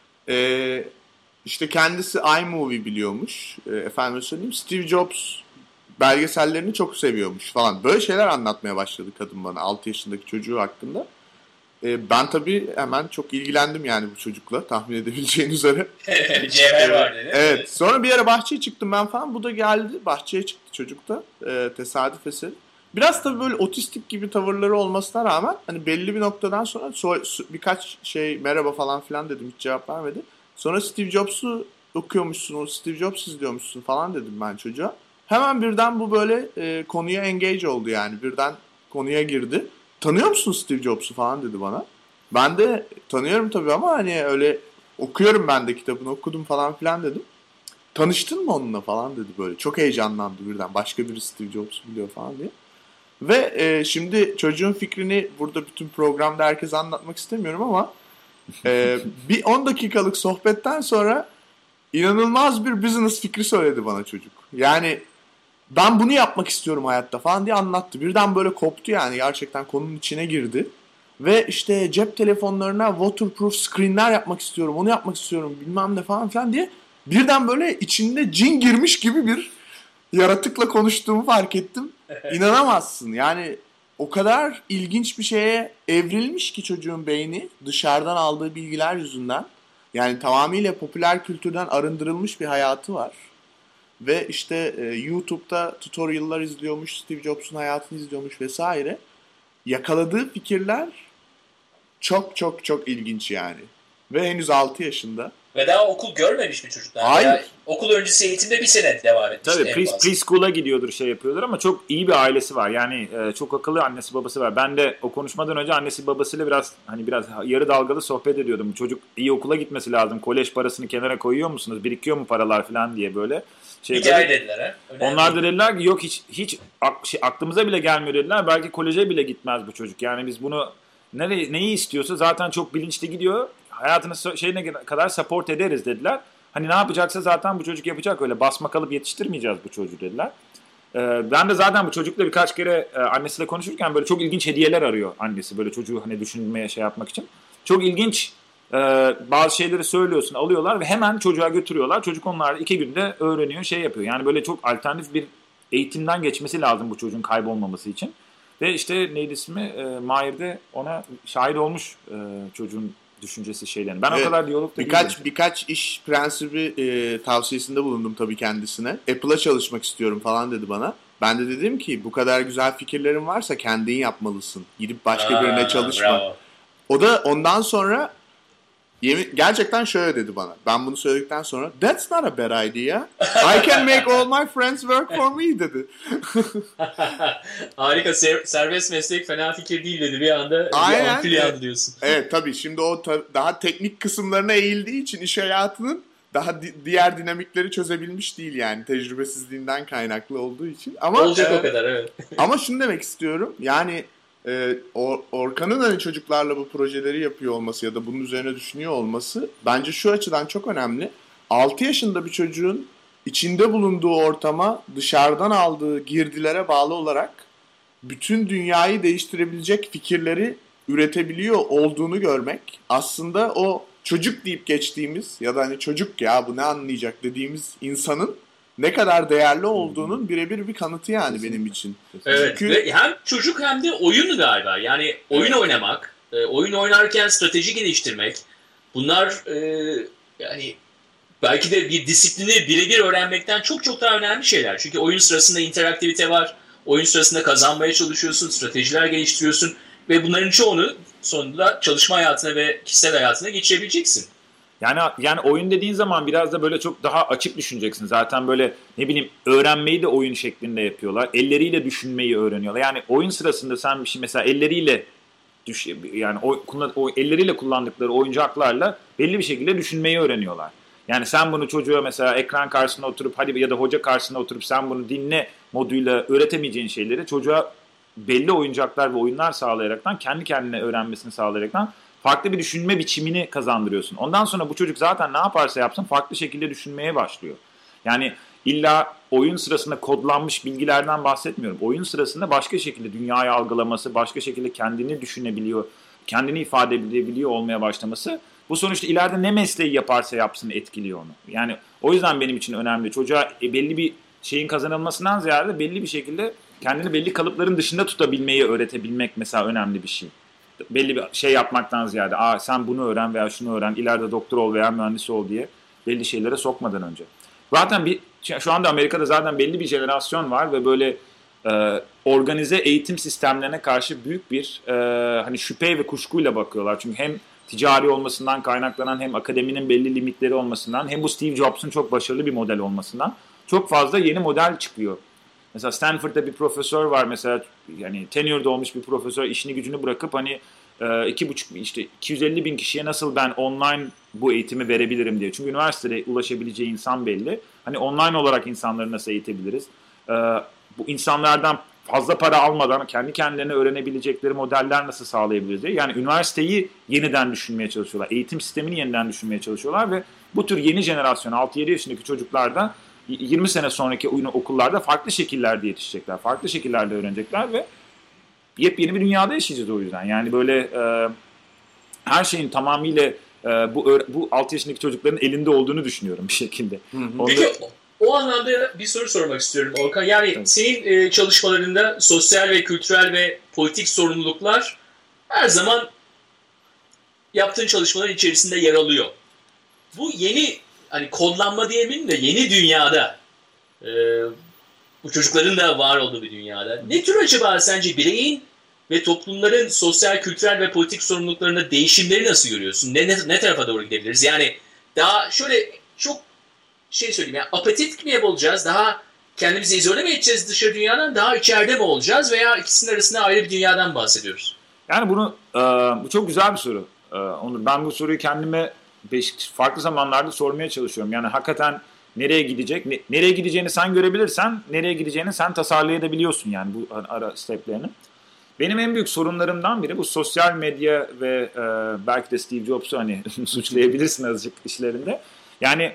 İşte kendisi iMovie biliyormuş. Efendim söyleyeyim, Steve Jobs belgesellerini çok seviyormuş falan. Böyle şeyler anlatmaya başladı kadın bana, 6 yaşındaki çocuğu hakkında. Ben tabii hemen çok ilgilendim yani bu çocukla, tahmin edebileceğin üzere. Cevher var dedi. Evet. Sonra bir ara bahçeye çıktım ben falan. Bu da geldi. Bahçeye çıktı çocuk da. Tesadüf eseri. Biraz tabii böyle otistik gibi tavırları olmasına rağmen hani belli bir noktadan sonra birkaç şey merhaba falan filan dedim. Hiç cevap vermedi. Sonra Steve Jobs'u okuyormuşsun, Steve Jobs izliyormuşsun falan dedim ben çocuğa. Hemen birden bu böyle konuya engage oldu yani. Birden konuya girdi. Tanıyor musun Steve Jobs'u falan dedi bana. Ben de tanıyorum tabii ama hani öyle okuyorum, ben de kitabını okudum falan filan dedim. Tanıştın mı onunla falan dedi böyle. Çok heyecanlandı birden. Başka biri Steve Jobs'u biliyor falan diye. Ve şimdi çocuğun fikrini burada bütün programda herkese anlatmak istemiyorum ama bir 10 dakikalık sohbetten sonra inanılmaz bir business fikri söyledi bana çocuk. Yani ben bunu yapmak istiyorum hayatta falan diye anlattı. Birden böyle koptu yani, gerçekten konunun içine girdi. Ve işte cep telefonlarına waterproof screenler yapmak istiyorum, onu yapmak istiyorum bilmem ne falan filan diye. Birden böyle içinde cin girmiş gibi bir yaratıkla konuştuğumu fark ettim. İnanamazsın yani, o kadar ilginç bir şeye evrilmiş ki çocuğun beyni dışarıdan aldığı bilgiler yüzünden. Yani tamamıyla popüler kültürden arındırılmış bir hayatı var. Ve işte YouTube'da tutorial'lar izliyormuş, Steve Jobs'un hayatını izliyormuş vesaire. Yakaladığı fikirler çok çok çok ilginç yani. Ve henüz 6 yaşında. Ve daha okul görmemiş bir çocuk. Hayır. Yani okul öncesi eğitimde bir sene devam etmiş. Tabii preschool'a gidiyordur, şey yapıyordur ama çok iyi bir ailesi var. Yani çok akıllı annesi babası var. Ben de o konuşmadan önce annesi babasıyla biraz yarı dalgalı sohbet ediyordum. Çocuk iyi okula gitmesi lazım. Kolej parasını kenara koyuyor musunuz? Birikiyor mu paralar falan diye böyle. Hikaye dediler ha. Önemli. Onlar da dediler ki yok hiç aklımıza bile gelmiyor dediler. Belki koleje bile gitmez bu çocuk. Yani biz bunu neyi istiyorsa zaten çok bilinçli gidiyor. Hayatını şeyine kadar support ederiz dediler. Hani ne yapacaksa zaten bu çocuk yapacak, öyle basma kalıp yetiştirmeyeceğiz bu çocuğu dediler. Ben de zaten bu çocukla birkaç kere annesiyle konuşurken böyle çok ilginç hediyeler arıyor annesi. Böyle çocuğu hani düşünmeye şey yapmak için. Çok ilginç bazı şeyleri söylüyorsun, alıyorlar ve hemen çocuğa götürüyorlar. Çocuk onlarla 2 günde öğreniyor, şey yapıyor. Yani böyle çok alternatif bir eğitimden geçmesi lazım bu çocuğun kaybolmaması için. Ve işte neydi ismi? Mahir'de ona şahit olmuş çocuğun düşüncesi şeylerini. Ben o kadar diyalogda birkaç iş prensibi tavsiyesinde bulundum tabii kendisine. Apple'a çalışmak istiyorum falan dedi bana. Ben de dedim ki bu kadar güzel fikirlerin varsa kendin yapmalısın. Gidip başka birine çalışma. Bravo. O da ondan sonra gerçekten şöyle dedi bana. Ben bunu söyledikten sonra "That's not a bad idea. I can make all my friends work for me" dedi. Harika. Serbest meslek fena fikir değil dedi. Bir anda Aynen. bir ampul yandı diyorsun. Evet tabii şimdi o daha teknik kısımlarına eğildiği için iş hayatının daha diğer dinamikleri çözebilmiş değil yani tecrübesizliğinden kaynaklı olduğu için. Ama olacak o kadar, evet. Ama şunu demek istiyorum. Yani Orkan'ın hani çocuklarla bu projeleri yapıyor olması ya da bunun üzerine düşünüyor olması bence şu açıdan çok önemli. 6 yaşında bir çocuğun içinde bulunduğu ortama dışarıdan aldığı girdilere bağlı olarak bütün dünyayı değiştirebilecek fikirleri üretebiliyor olduğunu görmek aslında o çocuk deyip geçtiğimiz ya da hani çocuk ya bu ne anlayacak dediğimiz insanın ne kadar değerli olduğunun birebir bir kanıtı yani benim için. Evet. Çünkü Ve hem çocuk hem de oyun galiba. Yani oyun oynamak, oyun oynarken strateji geliştirmek. Bunlar yani belki de bir disiplini birebir öğrenmekten çok çok daha önemli şeyler. Çünkü oyun sırasında interaktivite var. Oyun sırasında kazanmaya çalışıyorsun, stratejiler geliştiriyorsun. Ve bunların çoğunu sonunda çalışma hayatına ve kişisel hayatına geçirebileceksin. Yani oyun dediğin zaman biraz da böyle çok daha açık düşüneceksin. Zaten böyle ne bileyim öğrenmeyi de oyun şeklinde yapıyorlar. Elleriyle düşünmeyi öğreniyorlar. Yani oyun sırasında sen bir şey mesela elleriyle yani elleriyle kullandıkları oyuncaklarla belli bir şekilde düşünmeyi öğreniyorlar. Yani sen bunu çocuğa mesela ekran karşısına oturup hadi ya da hoca karşısına oturup sen bunu dinle moduyla öğretemeyeceğin şeyleri çocuğa belli oyuncaklar ve oyunlar sağlayaraktan kendi kendine öğrenmesini sağlayaraktan farklı bir düşünme biçimini kazandırıyorsun. Ondan sonra bu çocuk zaten ne yaparsa yapsın farklı şekilde düşünmeye başlıyor. Yani illa oyun sırasında kodlanmış bilgilerden bahsetmiyorum. Oyun sırasında başka şekilde dünyayı algılaması, başka şekilde kendini düşünebiliyor, kendini ifade edebiliyor olmaya başlaması. Bu sonuçta ileride ne mesleği yaparsa yapsın etkiliyor onu. Yani o yüzden benim için önemli. Çocuğa belli bir şeyin kazanılmasından ziyade belli bir şekilde kendini belli kalıpların dışında tutabilmeyi öğretebilmek mesela önemli bir şey. Belli bir şey yapmaktan ziyade sen bunu öğren veya şunu öğren, ileride doktor ol veya mühendis ol diye belli şeylere sokmadan önce. Zaten şu anda Amerika'da zaten belli bir jenerasyon var ve böyle organize eğitim sistemlerine karşı büyük bir hani şüphe ve kuşkuyla bakıyorlar. Çünkü hem ticari olmasından kaynaklanan hem akademinin belli limitleri olmasından hem bu Steve Jobs'un çok başarılı bir model olmasından çok fazla yeni model çıkıyor. Mesela Stanford'da bir profesör var mesela yani tenured olmuş bir profesör işini gücünü bırakıp hani 250 bin kişiye nasıl ben online bu eğitimi verebilirim diye. Çünkü üniversitede ulaşabileceği insan belli. Hani online olarak insanları nasıl eğitebiliriz? Bu insanlardan fazla para almadan kendi kendilerine öğrenebilecekleri modeller nasıl sağlayabiliriz diye. Yani üniversiteyi yeniden düşünmeye çalışıyorlar. Eğitim sistemini yeniden düşünmeye çalışıyorlar ve bu tür yeni jenerasyon 6-7 yaşındaki çocuklar da 20 sene sonraki okullarda farklı şekillerde yetişecekler. Farklı şekillerde öğrenecekler ve yepyeni bir dünyada yaşayacağız o yüzden. Yani böyle her şeyin tamamıyla bu 6 yaşındaki çocukların elinde olduğunu düşünüyorum bir şekilde. Peki o anlamda bir soru sormak istiyorum Orkan. Yani evet. Senin çalışmalarında sosyal ve kültürel ve politik sorumluluklar her zaman yaptığın çalışmaların içerisinde yer alıyor. Bu yeni hani kodlanma diyemeyin de yeni dünyada bu çocukların da var olduğu bir dünyada ne tür acaba sence bireyin ve toplumların sosyal, kültürel ve politik sorumluluklarında değişimleri nasıl görüyorsun? Ne tarafa doğru gidebiliriz? Yani daha şöyle çok söyleyeyim yani apatit mi olacağız? Daha kendimizi izole mi edeceğiz dışarı dünyadan? Daha içeride mi olacağız? Veya ikisinin arasında ayrı bir dünyadan bahsediyoruz? Yani bu çok güzel bir soru. Onur, ben bu soruyu kendime farklı zamanlarda sormaya çalışıyorum. Yani hakikaten nereye gidecek? Nereye gideceğini sen görebilirsen, nereye gideceğini sen tasarlayabiliyorsun yani bu ara steplerini. Benim en büyük sorunlarımdan biri bu sosyal medya ve belki de Steve Jobs'u hani suçlayabilirsin azıcık işlerinde. Yani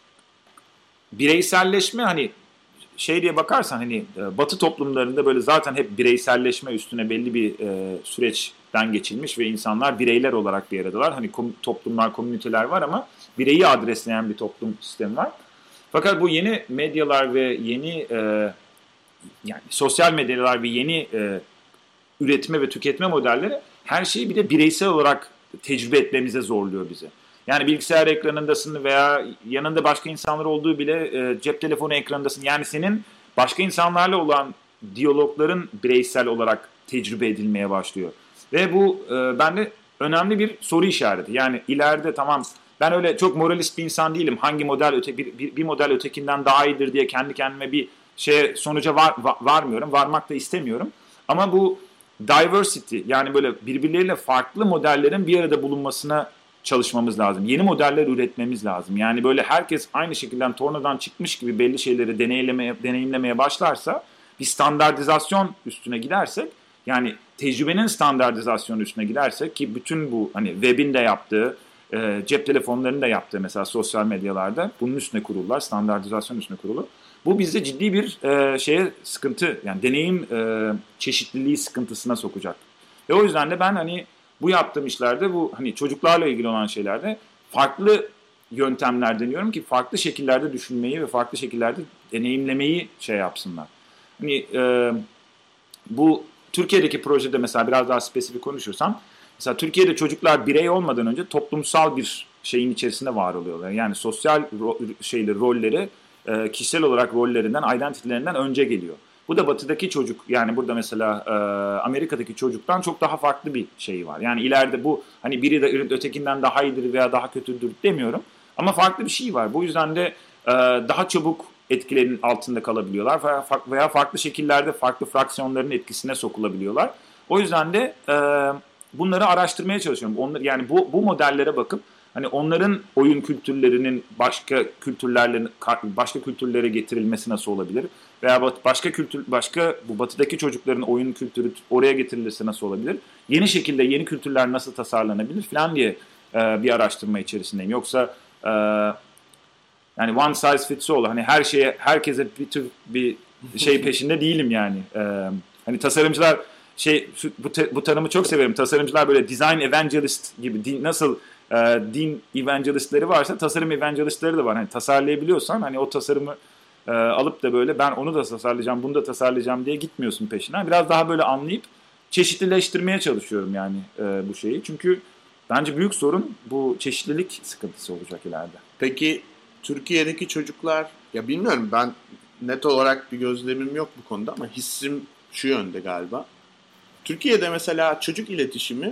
bireyselleşme hani diye bakarsan hani Batı toplumlarında böyle zaten hep bireyselleşme üstüne belli bir süreçten geçilmiş ve insanlar bireyler olarak bir aradalar. Hani toplumlar, komüniteler var ama bireyi adresleyen bir toplum sistemi var. Fakat bu yeni medyalar ve yeni yani sosyal medyalar ve yeni üretme ve tüketme modelleri her şeyi bir de bireysel olarak tecrübe etmemize zorluyor bizi. Yani bilgisayar ekranındasın veya yanında başka insanlar olduğu bile cep telefonu ekranındasın. Yani senin başka insanlarla olan diyalogların bireysel olarak tecrübe edilmeye başlıyor. Ve bu bende önemli bir soru işareti. Yani ileride tamam, ben öyle çok moralist bir insan değilim. Hangi model bir model ötekinden daha iyidir diye kendi kendime bir sonuca varmıyorum. Varmak da istemiyorum. Ama bu diversity, yani böyle birbirleriyle farklı modellerin bir arada bulunmasına çalışmamız lazım. Yeni modeller üretmemiz lazım. Yani böyle herkes aynı şekilde tornadan çıkmış gibi belli şeyleri deneyimlemeye başlarsa, bir standartizasyon üstüne gidersek, yani tecrübenin standartizasyonu üstüne gidersek, ki bütün bu hani web'in de yaptığı, cep telefonlarının da yaptığı mesela sosyal medyalarda bunun üstüne kurulurlar, standartizasyon üstüne kurulur. Bu bizde ciddi bir sıkıntı, yani deneyim çeşitliliği sıkıntısına sokacak. Ve o yüzden de ben hani bu yaptığım işlerde, bu hani çocuklarla ilgili olan şeylerde farklı yöntemler deniyorum ki farklı şekillerde düşünmeyi ve farklı şekillerde deneyimlemeyi yapsınlar. Hani bu Türkiye'deki projede mesela biraz daha spesifik konuşursam, mesela Türkiye'de çocuklar birey olmadan önce toplumsal bir şeyin içerisinde var oluyorlar. Yani sosyal rolleri, kişisel olarak rollerinden, identitilerinden önce geliyor. Bu da batıdaki çocuk, yani burada mesela Amerika'daki çocuktan çok daha farklı bir şey var. Yani ileride bu hani biri de ötekinden daha iyidir veya daha kötüdür demiyorum. Ama farklı bir şey var. Bu yüzden de daha çabuk etkilerin altında kalabiliyorlar veya farklı şekillerde farklı fraksiyonların etkisine sokulabiliyorlar. O yüzden de bunları araştırmaya çalışıyorum. Yani bu modellere bakıp hani onların oyun kültürlerinin başka kültürlere getirilmesi nasıl olabilir? Veya başka bu batıdaki çocukların oyun kültürü oraya getirilirse nasıl olabilir? Yeni şekilde yeni kültürler nasıl tasarlanabilir falan diye bir araştırma içerisindeyim. Yoksa yani one size fits all, hani herkese bir şey peşinde değilim yani. Hani tasarımcılar bu tanımı çok severim. Tasarımcılar böyle design evangelist gibi, nasıl din evangelistleri varsa tasarım evangelistleri de var. Hani tasarlayabiliyorsan hani o tasarımı alıp da böyle ben onu da tasarlayacağım, bunu da tasarlayacağım diye gitmiyorsun peşinden. Biraz daha böyle anlayıp çeşitlileştirmeye çalışıyorum yani bu şeyi. Çünkü bence büyük sorun bu çeşitlilik sıkıntısı olacak ileride. Peki Türkiye'deki çocuklar, ya bilmiyorum, ben net olarak bir gözlemim yok bu konuda ama hissim şu yönde galiba. Türkiye'de mesela çocuk iletişimi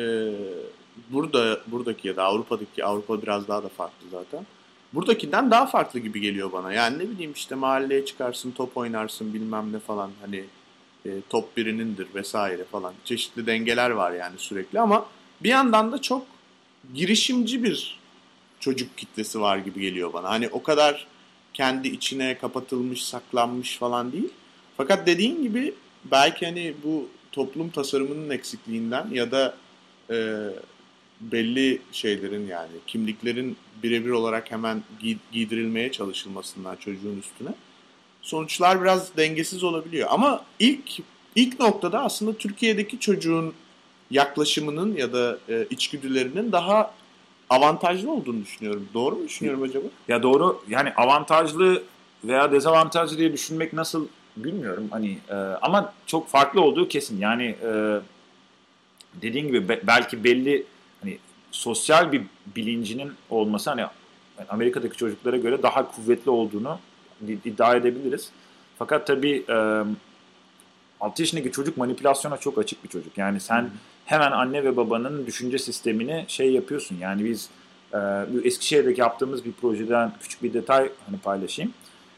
buradaki ya da Avrupa biraz daha da farklı zaten. Buradakinden daha farklı gibi geliyor bana. Yani ne bileyim işte mahalleye çıkarsın, top oynarsın bilmem ne falan, hani top birinindir vesaire falan. Çeşitli dengeler var yani sürekli ama bir yandan da çok girişimci bir çocuk kitlesi var gibi geliyor bana. Hani o kadar kendi içine kapatılmış, saklanmış falan değil. Fakat dediğin gibi belki hani bu toplum tasarımının eksikliğinden ya da belli şeylerin, yani kimliklerin birebir olarak hemen giydirilmeye çalışılmasından çocuğun üstüne sonuçlar biraz dengesiz olabiliyor. Ama ilk noktada aslında Türkiye'deki çocuğun yaklaşımının ya da içgüdülerinin daha avantajlı olduğunu düşünüyorum. Doğru mu düşünüyorum acaba? Ya doğru. Yani avantajlı veya dezavantajlı diye düşünmek nasıl bilmiyorum. Hani ama çok farklı olduğu kesin. Yani dediğin gibi belki belli hani sosyal bir bilincinin olması hani Amerika'daki çocuklara göre daha kuvvetli olduğunu iddia edebiliriz. Fakat tabii 6 yaşındaki çocuk manipülasyona çok açık bir çocuk. Yani sen hemen anne ve babanın düşünce sistemini yapıyorsun. Yani biz Eskişehir'deki yaptığımız bir projeden küçük bir detay hani paylaşayım.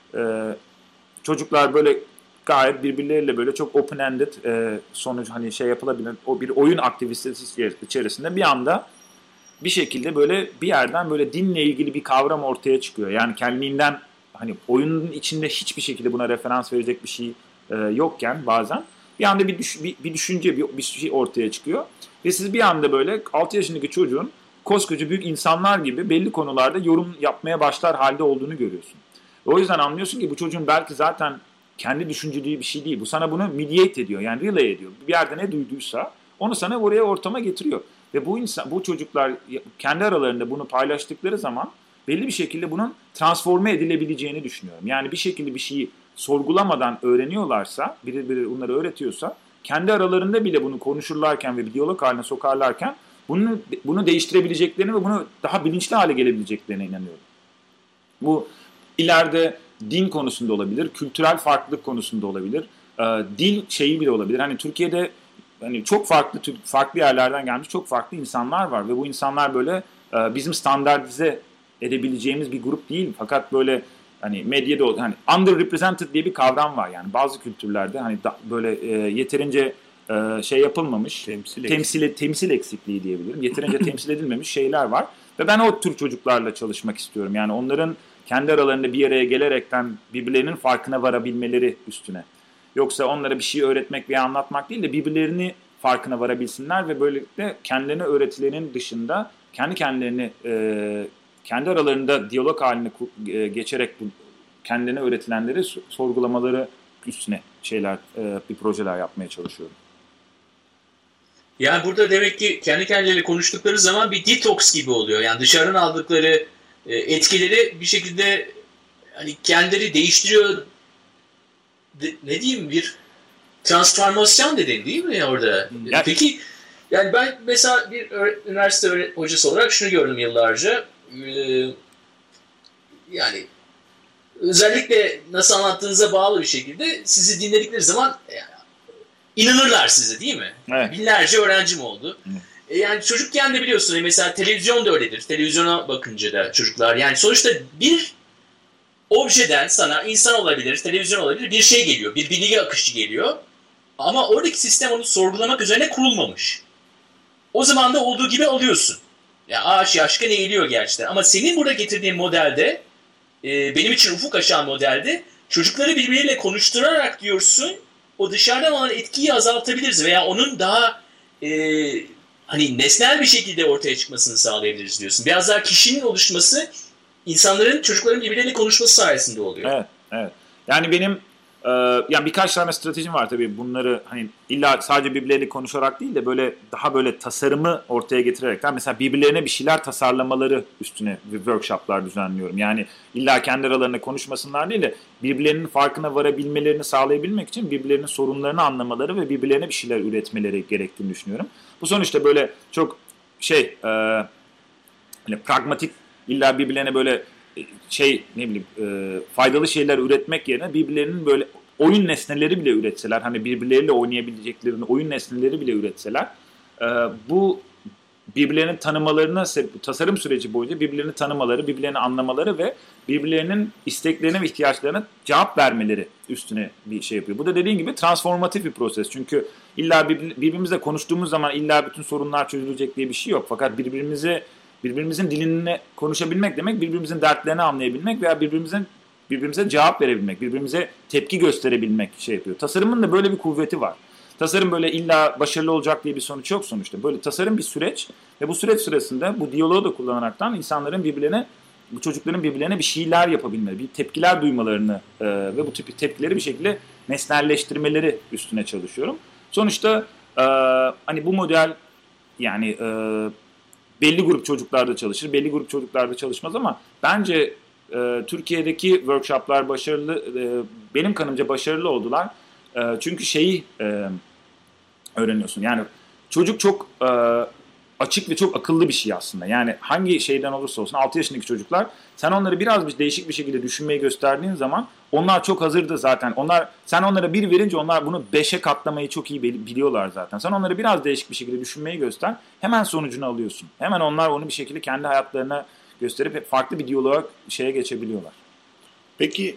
Çocuklar böyle gayet birbirleriyle böyle çok open-ended sonuç hani yapılabilen o bir oyun aktivitesi içerisinde bir anda bir şekilde böyle bir yerden böyle dinle ilgili bir kavram ortaya çıkıyor. Yani kendiliğinden hani oyunun içinde hiçbir şekilde buna referans verecek bir şey yokken bazen bir anda bir düşünce, bir şey ortaya çıkıyor. Ve siz bir anda böyle 6 yaşındaki çocuğun koskoca büyük insanlar gibi belli konularda yorum yapmaya başlar halde olduğunu görüyorsun. Ve o yüzden anlıyorsun ki bu çocuğun belki zaten kendi düşünceliği bir şey değil. Bu sana bunu mediate ediyor, yani relay ediyor. Bir yerde ne duyduysa onu sana oraya ortama getiriyor. Ve bu çocuklar kendi aralarında bunu paylaştıkları zaman belli bir şekilde bunun transforme edilebileceğini düşünüyorum. Yani bir şekilde bir şeyi sorgulamadan öğreniyorlarsa, biri onları öğretiyorsa, kendi aralarında bile bunu konuşurlarken ve bir diyalog haline sokarlarken bunu değiştirebileceklerini ve bunu daha bilinçli hale gelebileceklerine inanıyorum. Bu ileride din konusunda olabilir, kültürel farklılık konusunda olabilir, dil şeyi bile olabilir. Hani Türkiye'de hani çok farklı yerlerden gelmiş çok farklı insanlar var ve bu insanlar böyle bizim standartize edebileceğimiz bir grup değil. Fakat böyle hani medyada hani underrepresented diye bir kavram var yani bazı kültürlerde hani böyle yeterince şey yapılmamış, temsil eksikliği diyebilirim. Yeterince temsil edilmemiş şeyler var ve ben o tür çocuklarla çalışmak istiyorum. Yani onların kendi aralarında bir araya gelerekten birbirlerinin farkına varabilmeleri üstüne. Yoksa onlara bir şey öğretmek veya anlatmak değil de birbirlerini farkına varabilsinler ve böylelikle kendilerine öğretilenin dışında kendi aralarında diyalog haline geçerek kendilerine öğretilenleri sorgulamaları üstüne bir projeler yapmaya çalışıyorum. Yani burada demek ki kendi kendileri konuştukları zaman bir detoks gibi oluyor. Yani dışarıdan aldıkları etkileri bir şekilde hani kendileri değiştiriyor. Ne diyeyim, bir transformasyon dedin değil mi orada? Yani, peki yani ben mesela bir üniversite hocası olarak şunu gördüm yıllarca. Yani özellikle nasıl anlattığınıza bağlı bir şekilde sizi dinledikleri zaman inanırlar size değil mi? Evet. Binlerce öğrencim oldu. Yani çocukken de biliyorsun mesela televizyon da öyledir. Televizyona bakınca da çocuklar yani sonuçta bir objeden sana insan olabilir, televizyon olabilir bir şey geliyor. Bir bilgi akışı geliyor. Ama oradaki sistem onu sorgulamak üzerine kurulmamış. O zaman da olduğu gibi alıyorsun. Ya ağaç yaşken eğiliyor gerçekten. Ama senin burada getirdiğin modelde benim için ufuk aşan modelde çocukları birbiriyle konuşturarak diyorsun o dışarıdan olan etkiyi azaltabiliriz veya onun daha hani nesnel bir şekilde ortaya çıkmasını sağlayabiliriz diyorsun. Biraz daha kişinin oluşması çocukların birbirleriyle konuşması sayesinde oluyor. Evet. Yani benim yani birkaç tane stratejim var tabii. Bunları hani illa sadece birbirleriyle konuşarak değil de böyle daha böyle tasarımı ortaya getirerekten mesela birbirlerine bir şeyler tasarlamaları üstüne workshoplar düzenliyorum. Yani illa kendi aralarında konuşmasınlar değil de birbirlerinin farkına varabilmelerini sağlayabilmek için birbirlerinin sorunlarını anlamaları ve birbirlerine bir şeyler üretmeleri gerektiğini düşünüyorum. Bu sonuçta böyle çok hani pragmatik illa birbirlerine böyle faydalı şeyler üretmek yerine birbirlerinin böyle oyun nesneleri bile üretseler, hani birbirleriyle oynayabileceklerini oyun nesneleri bile üretseler, bu birbirlerini tanımalarına, tasarım süreci boyunca birbirlerini tanımaları, birbirlerini anlamaları ve birbirlerinin isteklerine ve ihtiyaçlarına cevap vermeleri üstüne bir şey yapıyor. Bu da dediğin gibi transformatif bir proses. Çünkü illa birbirimizle konuştuğumuz zaman illa bütün sorunlar çözülecek diye bir şey yok. Fakat birbirimizin dilini konuşabilmek demek birbirimizin dertlerini anlayabilmek veya birbirimize cevap verebilmek, birbirimize tepki gösterebilmek şey yapıyor. Tasarımın da böyle bir kuvveti var. Tasarım böyle illa başarılı olacak diye bir sonuç yok sonuçta. Böyle tasarım bir süreç ve bu süreç sırasında bu diyaloğu da kullanaraktan insanların bu çocukların birbirlerine bir şeyler yapabilmeleri, bir tepkiler duymalarını ve bu tip tepkileri bir şekilde nesnelleştirmeleri üstüne çalışıyorum. Sonuçta hani bu model yani belli grup çocuklarda çalışır, belli grup çocuklarda çalışmaz ama bence Türkiye'deki workshoplar başarılı, benim kanımca başarılı oldular. Çünkü öğreniyorsun. Yani çocuk çok açık ve çok akıllı bir şey aslında. Yani hangi şeyden olursa olsun 6 yaşındaki çocuklar sen onları biraz değişik bir şekilde düşünmeyi gösterdiğin zaman onlar çok hazırdı zaten. Sen onlara 1 verince onlar bunu 5'e katlamayı çok iyi biliyorlar zaten. Sen onları biraz değişik bir şekilde düşünmeyi göster. Hemen sonucunu alıyorsun. Hemen onlar onu bir şekilde kendi hayatlarına gösterip farklı bir diyaloğa geçebiliyorlar. Peki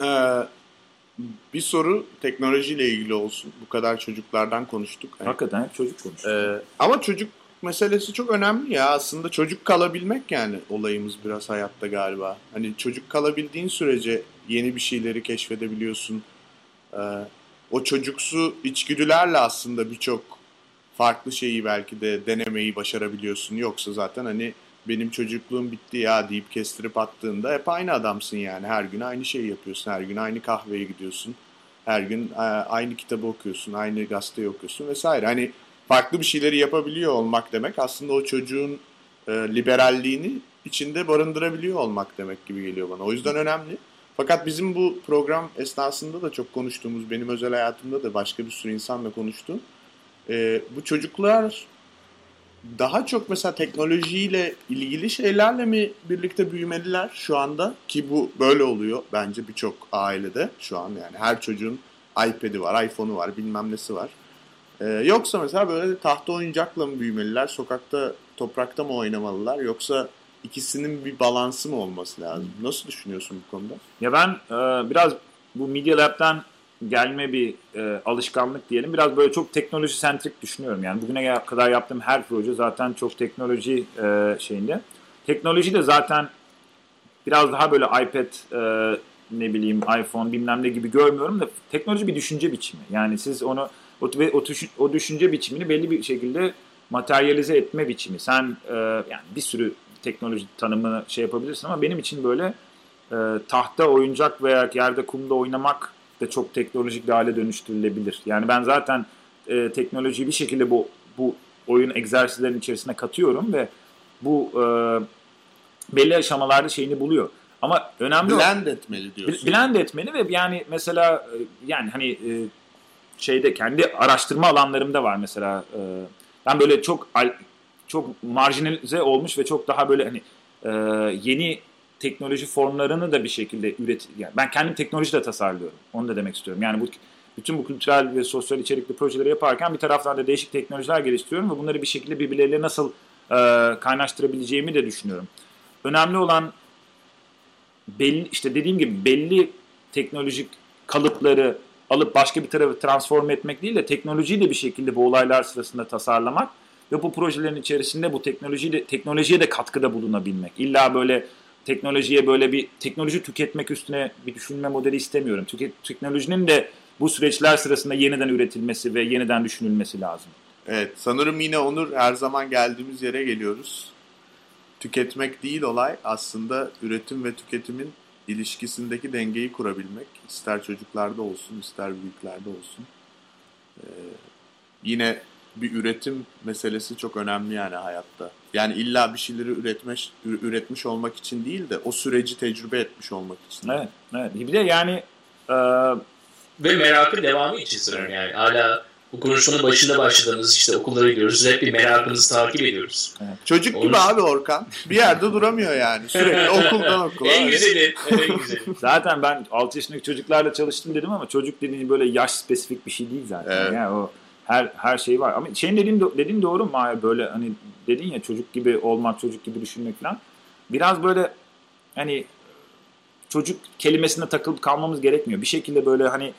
bir soru teknolojiyle ilgili olsun. Bu kadar çocuklardan konuştuk. Hakikaten hep çocuk konuştuk. Ama çocuk meselesi çok önemli ya. Aslında çocuk kalabilmek yani olayımız biraz hayatta galiba. Hani çocuk kalabildiğin sürece yeni bir şeyleri keşfedebiliyorsun. O çocuksu içgüdülerle aslında birçok farklı şeyi belki de denemeyi başarabiliyorsun. Yoksa zaten hani benim çocukluğum bitti ya deyip kestirip attığında hep aynı adamsın yani. Her gün aynı şeyi yapıyorsun. Her gün aynı kahveye gidiyorsun. Her gün aynı kitabı okuyorsun. Aynı gazeteyi okuyorsun vesaire. Hani farklı bir şeyleri yapabiliyor olmak demek aslında o çocuğun liberalliğini içinde barındırabiliyor olmak demek gibi geliyor bana. O yüzden önemli. Fakat bizim bu program esnasında da çok konuştuğumuz, benim özel hayatımda da başka bir sürü insanla konuştuğum bu çocuklar daha çok mesela teknolojiyle ilgili şeylerle mi birlikte büyümeliler şu anda? Ki bu böyle oluyor bence birçok ailede şu an, yani her çocuğun iPad'i var, iPhone'u var, bilmem nesi var. Yoksa mesela böyle tahta oyuncakla mı büyümeliler, sokakta, toprakta mı oynamalılar, yoksa ikisinin bir balansı mı olması lazım? Nasıl düşünüyorsun bu konuda? Ya ben biraz bu Media Lab'den gelme bir alışkanlık diyelim. Biraz böyle çok teknoloji sentrik düşünüyorum. Yani bugüne kadar yaptığım her proje zaten çok teknoloji şeyinde. Teknoloji de zaten biraz daha böyle iPad, ne bileyim iPhone bilmem ne gibi görmüyorum da teknoloji bir düşünce biçimi. Yani siz onu o düşünce biçimini belli bir şekilde materyalize etme biçimi. Sen yani bir sürü teknoloji tanımını şey yapabilirsin ama benim için böyle tahta oyuncak veya yerde kumda oynamak da çok teknolojik bir hale dönüştürülebilir. Yani ben zaten teknolojiyi bir şekilde bu oyun egzersizlerinin içerisine katıyorum ve bu belli aşamalarda şeyini buluyor. Ama önemli blend etmeli diyorsun. Blend etmeli ve yani mesela yani hani şeyde kendi araştırma alanlarımda var mesela. Ben böyle çok marjinalize olmuş ve çok daha böyle hani yeni teknoloji formlarını da bir şekilde yani ben kendim teknoloji de tasarlıyorum. Onu da demek istiyorum. Yani bütün bu kültürel ve sosyal içerikli projeleri yaparken bir taraftan da değişik teknolojiler geliştiriyorum ve bunları bir şekilde birbirleriyle nasıl kaynaştırabileceğimi de düşünüyorum. Önemli olan belli, işte dediğim gibi belli teknolojik kalıpları alıp başka bir tarafa transform etmek değil de teknolojiyi de bir şekilde bu olaylar sırasında tasarlamak ve bu projelerin içerisinde bu teknolojiye de katkıda bulunabilmek. İlla böyle teknolojiye böyle bir teknoloji tüketmek üstüne bir düşünme modeli istemiyorum. Teknolojinin de bu süreçler sırasında yeniden üretilmesi ve yeniden düşünülmesi lazım. Evet, sanırım yine Onur, her zaman geldiğimiz yere geliyoruz. Tüketmek değil olay, aslında üretim ve tüketimin ilişkisindeki dengeyi kurabilmek. İster çocuklarda olsun, ister büyüklerde olsun. Yine bir üretim meselesi çok önemli yani hayatta. Yani illa bir şeyleri üretmiş olmak için değil de o süreci tecrübe etmiş olmak için. Evet, evet. Bir de yani ve merakın devamı için sanırım yani. Hala bu konuşmanın başında başladığımız işte okullara gidiyoruz. Hep bir merakımızı takip ediyoruz. Evet. Çocuk gibi abi Orkan. Bir yerde duramıyor yani. Sürekli okuldan okula. En güzeli. En güzeli. Zaten ben 6 yaşındaki çocuklarla çalıştım dedim ama çocuk dediğin böyle yaş spesifik bir şey değil zaten. Evet. Yani o her şey var. Ama senin dediğin doğru mu? Böyle hani dedin ya çocuk gibi olmak, çocuk gibi düşünmek falan. Biraz böyle hani çocuk kelimesine takılıp kalmamız gerekmiyor. Bir şekilde böyle hani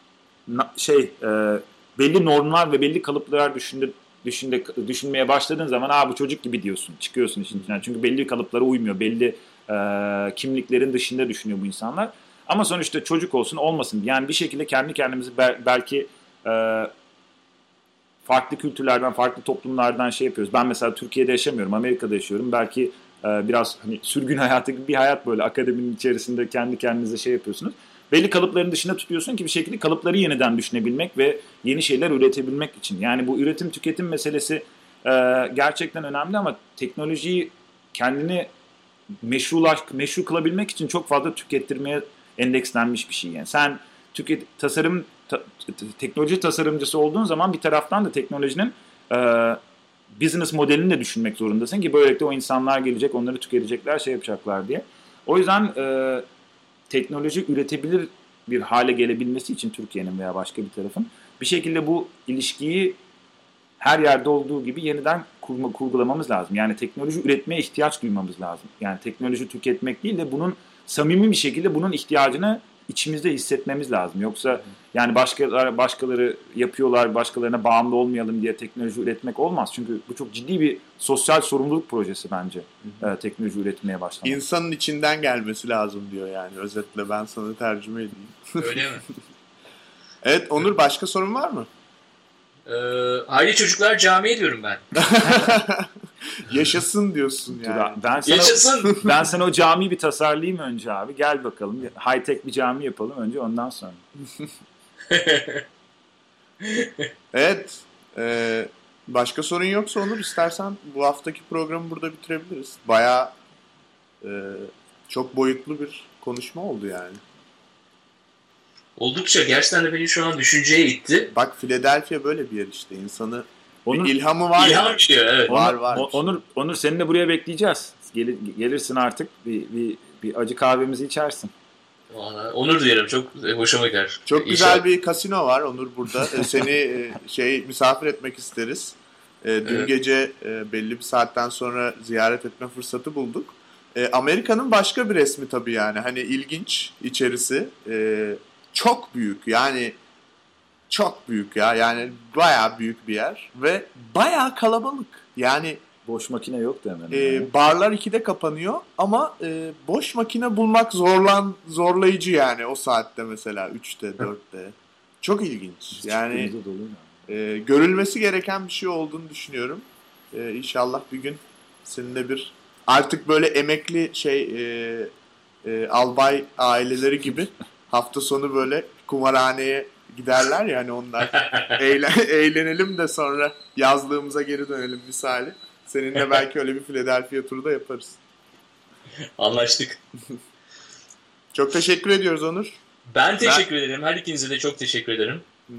belli normlar ve belli kalıplar düşünmeye başladığın zaman bu çocuk gibi diyorsun. Çıkıyorsun işin içinden. Çünkü belli kalıplara uymuyor. Belli kimliklerin dışında düşünüyor bu insanlar. Ama sonuçta çocuk olsun olmasın. Yani bir şekilde kendi kendimizi belki farklı kültürlerden, farklı toplumlardan şey yapıyoruz. Ben mesela Türkiye'de yaşamıyorum. Amerika'da yaşıyorum. Belki biraz hani sürgün hayatı gibi bir hayat böyle. Akademinin içerisinde kendi kendinize şey yapıyorsunuz. Belli kalıpların dışında tutuyorsun ki bir şekilde kalıpları yeniden düşünebilmek ve yeni şeyler üretebilmek için. Yani bu üretim tüketim meselesi gerçekten önemli ama teknolojiyi kendini meşru kılabilmek için çok fazla tükettirmeye endekslenmiş bir şey. Yani sen teknoloji tasarımcısı olduğun zaman bir taraftan da teknolojinin business modelini de düşünmek zorundasın ki böylelikle o insanlar gelecek, onları tüketecekler, şey yapacaklar diye. O yüzden teknoloji üretebilir bir hale gelebilmesi için Türkiye'nin veya başka bir tarafın bir şekilde bu ilişkiyi her yerde olduğu gibi yeniden kurgulamamız lazım. Yani teknoloji üretmeye ihtiyaç duymamız lazım. Yani teknoloji tüketmek değil de bunun samimi bir şekilde bunun ihtiyacını içimizde hissetmemiz lazım. Yoksa yani başkaları yapıyorlar, başkalarına bağımlı olmayalım diye teknoloji üretmek olmaz. Çünkü bu çok ciddi bir sosyal sorumluluk projesi bence teknoloji üretmeye başlamak. İnsanın içinden gelmesi lazım diyor yani. Özetle ben sana tercüme edeyim. Öyle mi? Evet Onur, başka sorun var mı? Aile çocuklar camiye diyorum ben. Yaşasın diyorsun yani. Yaşasın. Ben sana o camiyi bir tasarlayayım önce abi. Gel bakalım. High tech bir cami yapalım önce, ondan sonra. Evet. Başka sorun yoksa Onur, istersen bu haftaki programı burada bitirebiliriz. Bayağı çok boyutlu bir konuşma oldu yani. Oldukça, gerçekten de beni şu an düşünceye itti. Bak, Philadelphia böyle bir yer işte. İnsanı Onur, İlhamı var İlham yani. diyor, evet. Var. Onur seni de buraya bekleyeceğiz. Gelirsin artık bir acı kahvemizi içersin. Vallahi onur duyarım. Çok hoşuma gider. Çok güzel İnşallah. bir kasino var Onur burada. Seni misafir etmek isteriz. Dün Evet. gece belli bir saatten sonra ziyaret etme fırsatı bulduk. Amerika'nın başka bir resmi tabii yani. Hani ilginç içerisi. Çok büyük yani çok büyük ya. Yani bayağı büyük bir yer ve bayağı kalabalık. Yani Boş makine yok da hemen. barlar 2'de kapanıyor ama boş makine bulmak zorlayıcı yani o saatte mesela 3'te 4'te. Çok ilginç. Yani Çıktığımızda dolu ya. görülmesi gereken bir şey olduğunu düşünüyorum. İnşallah bir gün seninle bir artık böyle emekli albay aileleri gibi hafta sonu böyle kumarhaneye giderler ya hani onlar eğlenelim de sonra yazlığımıza geri dönelim misali. Seninle belki öyle bir Philadelphia turu da yaparız. Anlaştık. Çok teşekkür ediyoruz Onur. Ben teşekkür ederim. Her ikinize de çok teşekkür ederim.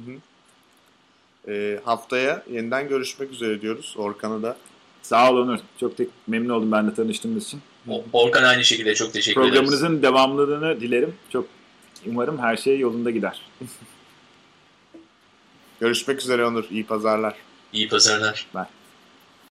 Haftaya yeniden görüşmek üzere diyoruz. Orkan'a da. Sağ ol Onur. Çok memnun oldum ben de tanıştığımız için. Orkan aynı şekilde çok teşekkür ederiz. Programınızın devamlılığını dilerim. Çok umarım her şey yolunda gider. Görüşmek üzere Onur. İyi pazarlar. İyi pazarlar. Bye.